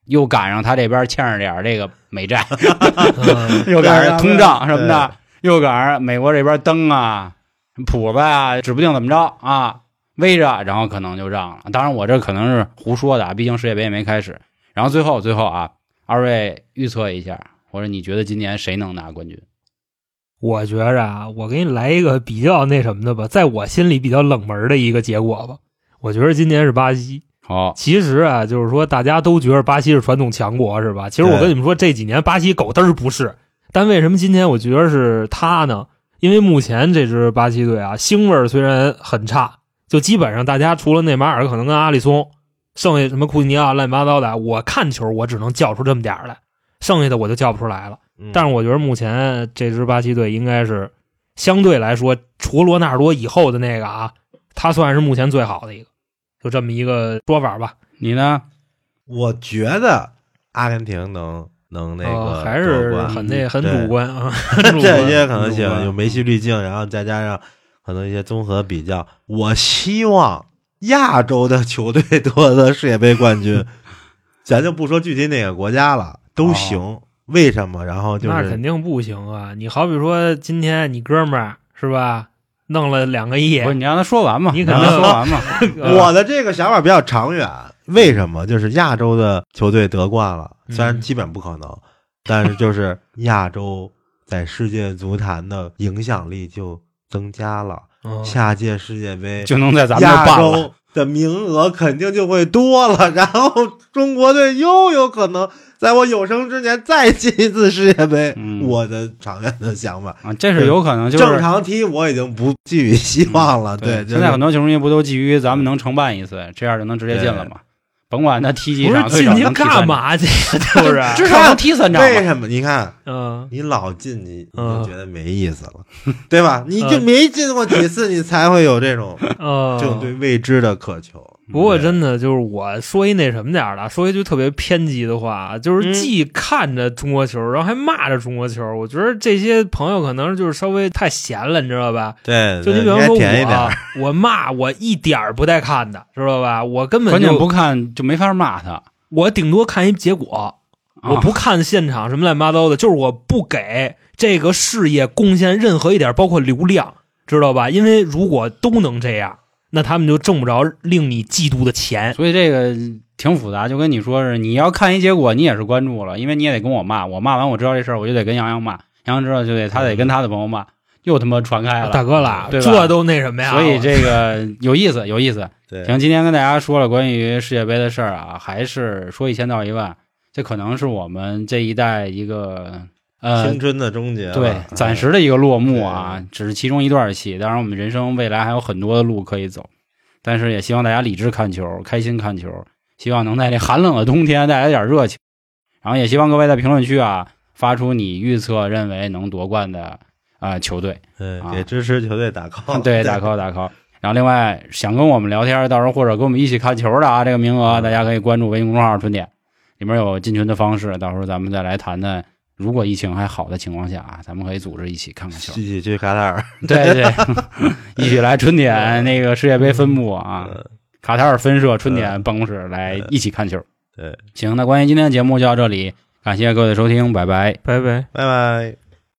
Speaker 1: 又赶上他这边欠着点这个美债，又赶上通胀什么的，又赶上美国这边灯啊、谱子啊，指不定怎么着啊，围着，然后可能就让了。当然，我这可能是胡说的啊，毕竟世界杯也没开始。然后最后啊，二位预测一下，或者你觉得今年谁能拿冠军？
Speaker 2: 我觉着啊，我给你来一个比较那什么的吧，在我心里比较冷门的一个结果吧。我觉得今年是巴西。
Speaker 1: 好，
Speaker 2: 其实啊，就是说大家都觉得巴西是传统强国，是吧？其实我跟你们说，这几年巴西狗嘚儿不是。但为什么今天我觉得是他呢？因为目前这支巴西队啊，腥味虽然很差，就基本上大家除了内马尔可能跟阿里松，剩下什么库蒂尼奥乱七八糟的，我看球我只能叫出这么点儿来，剩下的我就叫不出来了。但是我觉得目前这支巴西队应该是相对来说，除罗纳尔多以后的那个啊，他算是目前最好的一个，就这么一个说法吧。
Speaker 1: 你呢？
Speaker 3: 我觉得阿根廷能那个
Speaker 2: 还是很主观啊，
Speaker 3: 这些可能性有梅西滤镜，然后再加上可能一些综合比较，我希望亚洲的球队夺得世界杯冠军，咱就不说具体哪个国家了，都行。为什么？然后就是
Speaker 2: 那肯定不行啊！你好比说今天你哥们儿是吧，弄了2个亿，
Speaker 1: 不是你让他说完嘛？
Speaker 2: 你肯定
Speaker 1: 说完嘛？
Speaker 3: 我的这个想法比较长远。为什么？就是亚洲的球队得冠了，虽然基本不可能，但是就是亚洲在世界足坛的影响力就增加了。下届世界杯
Speaker 1: 就能在咱们这办了，
Speaker 3: 亚洲的名额肯定就会多了，然后中国队又有可能在我有生之年再进一次世界杯。我的长远的想法
Speaker 1: 啊，这是有可能，就是
Speaker 3: 正常踢我已经不寄予希望了。对，
Speaker 1: 现在很多球迷不都基于咱们能承办一次，这样就能直接进了吗？甭管他踢几场，
Speaker 2: 不是进去干嘛去？就是
Speaker 1: 至少能踢3场。
Speaker 3: 为什么？你看，你老进，你就觉得没意思了，对吧？你就没进过几次，你才会有这种对未知的渴求。
Speaker 2: 不过真的就是我说一那什么点儿的，说一句特别偏激的话，就是既看着中国球，然后还骂着中国球。我觉得这些朋友可能就是稍微太闲了，你知道吧？
Speaker 3: 对，
Speaker 2: 就你比方说我骂我一点儿不带看的，知道吧？我根本就
Speaker 1: 关键不看就没法骂他，
Speaker 2: 我顶多看一结果，我不看现场什么乱七八糟的，就是我不给这个事业贡献任何一点，包括流量，知道吧？因为如果都能这样，那他们就挣不着令你嫉妒的钱。
Speaker 1: 所以这个挺复杂，就跟你说是，你要看一结果，你也是关注了，因为你也得跟我骂，我骂完我知道这事儿，我就得跟杨洋骂，杨洋知道就得他得跟他的朋友骂，又他妈传开了，
Speaker 2: 大哥了，
Speaker 1: 对吧？
Speaker 2: 这都那什么呀？
Speaker 1: 所以这个有意思，有意思。
Speaker 3: 对，
Speaker 1: 行，今天跟大家说了关于世界杯的事儿啊，还是说1000道1万，这可能是我们这一代一个
Speaker 3: 青春的终结，
Speaker 1: 对，暂时的一个落幕啊，只是其中一段戏。当然，我们人生未来还有很多的路可以走，但是也希望大家理智看球，开心看球，希望能在这寒冷的冬天带来点热情。然后也希望各位在评论区啊发出你预测认为能夺冠的球队，
Speaker 3: 给支持球队打 call，
Speaker 1: 对，打 call 打 call。然后另外想跟我们聊天，到时候或者跟我们一起看球的啊，这个名额大家可以关注微信公众号春点，里面有进群的方式，到时候咱们再来谈谈。如果疫情还好的情况下啊，咱们可以组织一起看看球，
Speaker 3: 一起去卡塔尔，
Speaker 1: 对对，一起来春点那个世界杯分部啊，卡塔尔分社春点办公室来一起看球。
Speaker 3: 对，
Speaker 1: 行，那关于今天的节目就到这里，感谢各位的收听，拜拜，
Speaker 2: 拜拜，
Speaker 3: 拜拜。